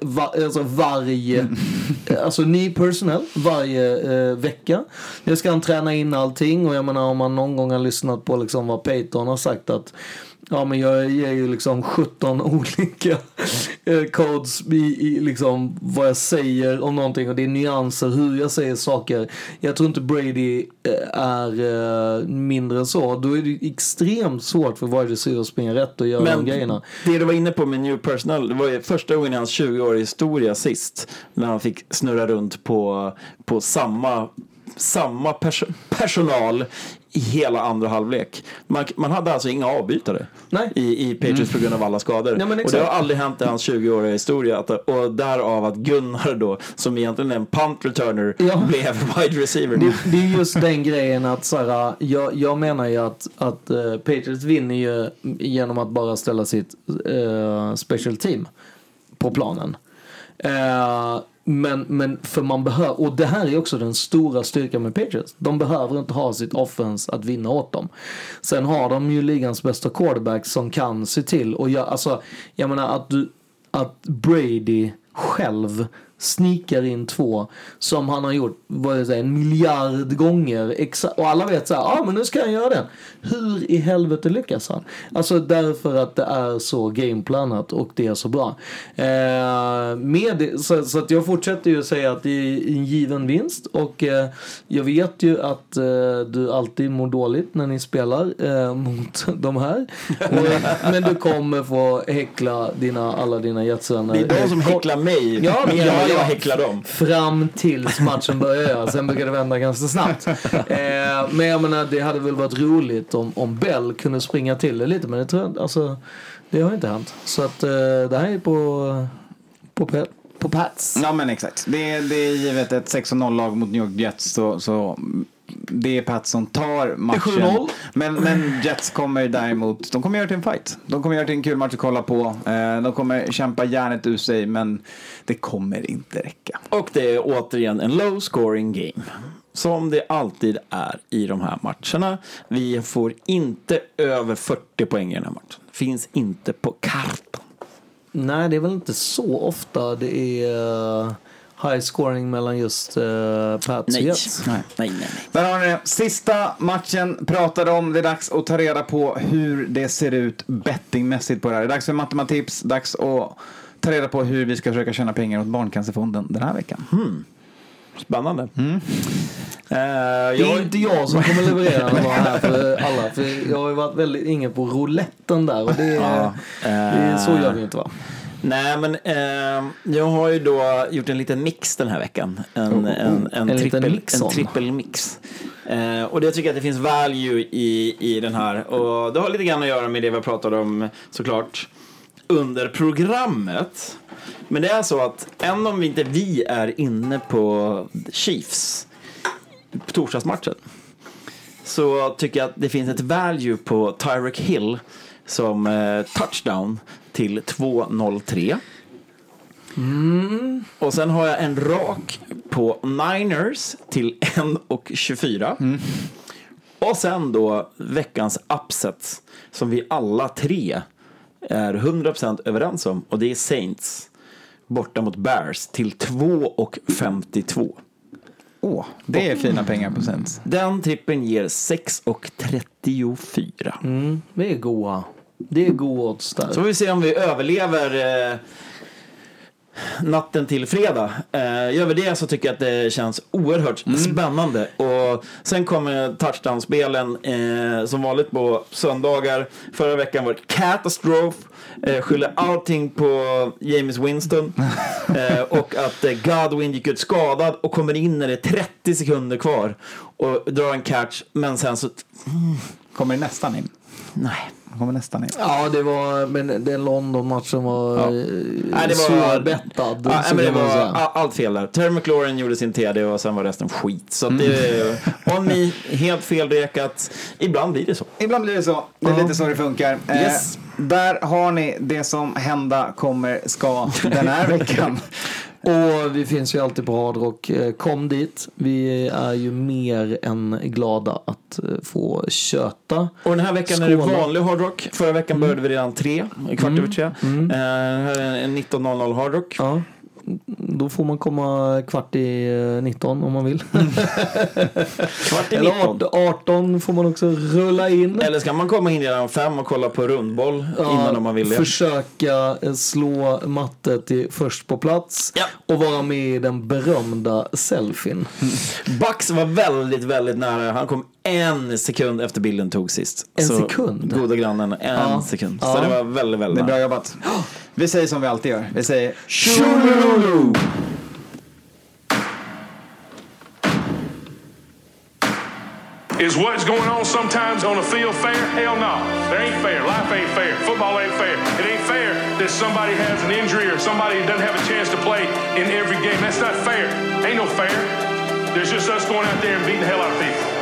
alltså ny personal varje vecka. Nu ska han träna in allting, och jag menar, om man någon gång har lyssnat på liksom vad Peyton har sagt, att ja, men jag ger ju liksom 17 olika codes i liksom vad jag säger om någonting, och det är nyanser hur jag säger saker. Jag tror inte Brady är mindre än så. Då är det extremt svårt för wide receiver att springa rätt och göra de grejerna. Det du var inne på med new personal, det var ju första gången i hans 20-åriga historia sist, när han fick snurra runt på samma personal i hela andra halvlek. Man hade alltså inga avbytare i Patriots på grund av alla skador. Ja, och det har aldrig hänt i hans 20-åriga historia, och därav att Gunnar då, som egentligen är en punt returner, blev wide receiver. Det är just den grejen att såhär, jag menar ju att Patriots vinner ju genom att bara ställa sitt special team på planen. Men för man behöver, och det här är också den stora styrkan med Patriots, de behöver inte ha sitt offense att vinna åt dem. Sen har de ju ligans bästa quarterback som kan se till, och jag menar att Brady själv snikar in 2 som han har gjort vad jag säger, 1 miljard gånger och alla vet så här, men nu ska han göra den. Hur i helvete lyckas han? Alltså därför att det är så gameplanat och det är så bra. Så att jag fortsätter ju säga att det är en given vinst och jag vet ju att du alltid mår dåligt när ni spelar mot de här. Men du kommer få häckla alla dina Jetsvänner. Det är de som häcklar mig. Jag häcklar dem. Fram tills matchen börjar. Sen brukar det vända ganska snabbt. Men jag menar, det hade väl varit roligt om Bell kunde springa till det lite. Men det tror jag, alltså, det har inte hänt. Så att det här är på Pats. Ja, men exakt. Det är givet ett 6-0-lag mot New York Jets, så det är Pats som tar matchen. Men Jets kommer däremot, de kommer göra till en fight. De kommer göra till en kul match att kolla på. De kommer kämpa järnet ur sig, men det kommer inte räcka. Och det är återigen en low scoring game. Som det alltid är i de här matcherna. Vi får inte över 40 poäng i den här matchen. Finns inte på kartan. Nej, det är väl inte så ofta det är high scoring mellan just Pats och Jets. Nej. Där har ni det. Sista matchen pratade om. Det är dags att ta reda på hur det ser ut bettingmässigt på det här. Det är dags för matematips. Dags att ta reda på hur vi ska försöka tjäna pengar åt Barncancerfonden den här veckan. Spännande. Det är inte jag som kommer leverera den här för alla. För jag har ju varit väldigt inne på rouletten där. Och det är så gör vi inte, va? Nej, men jag har ju då gjort en liten mix den här veckan. En trippelmix. Och det tycker jag att det finns value i den här. Och det har lite grann att göra med det vi pratade om såklart under programmet. Men det är så att än om inte vi är inne på Chiefs på torsdagsmatchen, så tycker jag att det finns ett value på Tyreek Hill som touchdown till 2.03. Och sen har jag en rak på Niners till 1.24. Och sen då veckans upset som vi alla tre är 100% överens om, och det är Saints borta mot Bears till 2.52. Det är fina pengar på Saints. Den trippen ger 6.34. Det är goa. Det är god odds där. Så får vi se om vi överlever natten till fredag. Gör vi det så tycker jag att det känns oerhört spännande. Och sen kommer touchdown-spelen som vanligt på söndagar. Förra veckan var det katastrof. Skyller allting på James Winston. Och att Godwin gick ut skadad och kommer in när det är 30 sekunder kvar och drar en catch. Men sen så kommer det nästan in. Nej. Kommer nästan in. Ja, det var, men den London-matchen var svårbettad. Ja, men det var allt fel där. Terry McLaurin gjorde sin TD och sen var resten skit. Så det har ni helt felrekat. Ibland blir det så. Ibland blir det så. Det är lite så det funkar. Yes. Där har ni det som hända ska den här veckan. Och vi finns ju alltid på Hard Rock. Kom dit. Vi är ju mer än glada att få köta. Och den här veckan är det vanlig Hard Rock. Förra veckan började vi redan 3, kvart över 3. Här är en 19.00 Hard Rock. Ja. Då får man komma 19:15 om man vill. 19:15. Eller 18 får man också rulla in. Eller ska man komma in redan 5 och kolla på rundboll innan om man vill det. Försöka slå matte till först på plats och vara med i den berömda selfien. Bucks var väldigt, väldigt nära. Han kom 1 sekund efter bilden tog sist. Sekund? Goda grannen, 1 sekund. Så det var väldigt, väldigt nära. Det är bra jobbat. Vi säger som vi alltid gör. Vi säger Shululu! Is what's going on sometimes on the field fair? Hell no. There ain't fair. Life ain't fair. Football ain't fair. It ain't fair that somebody has an injury or somebody doesn't have a chance to play in every game. That's not fair. Ain't no fair. There's just us going out there and beating the hell out of people.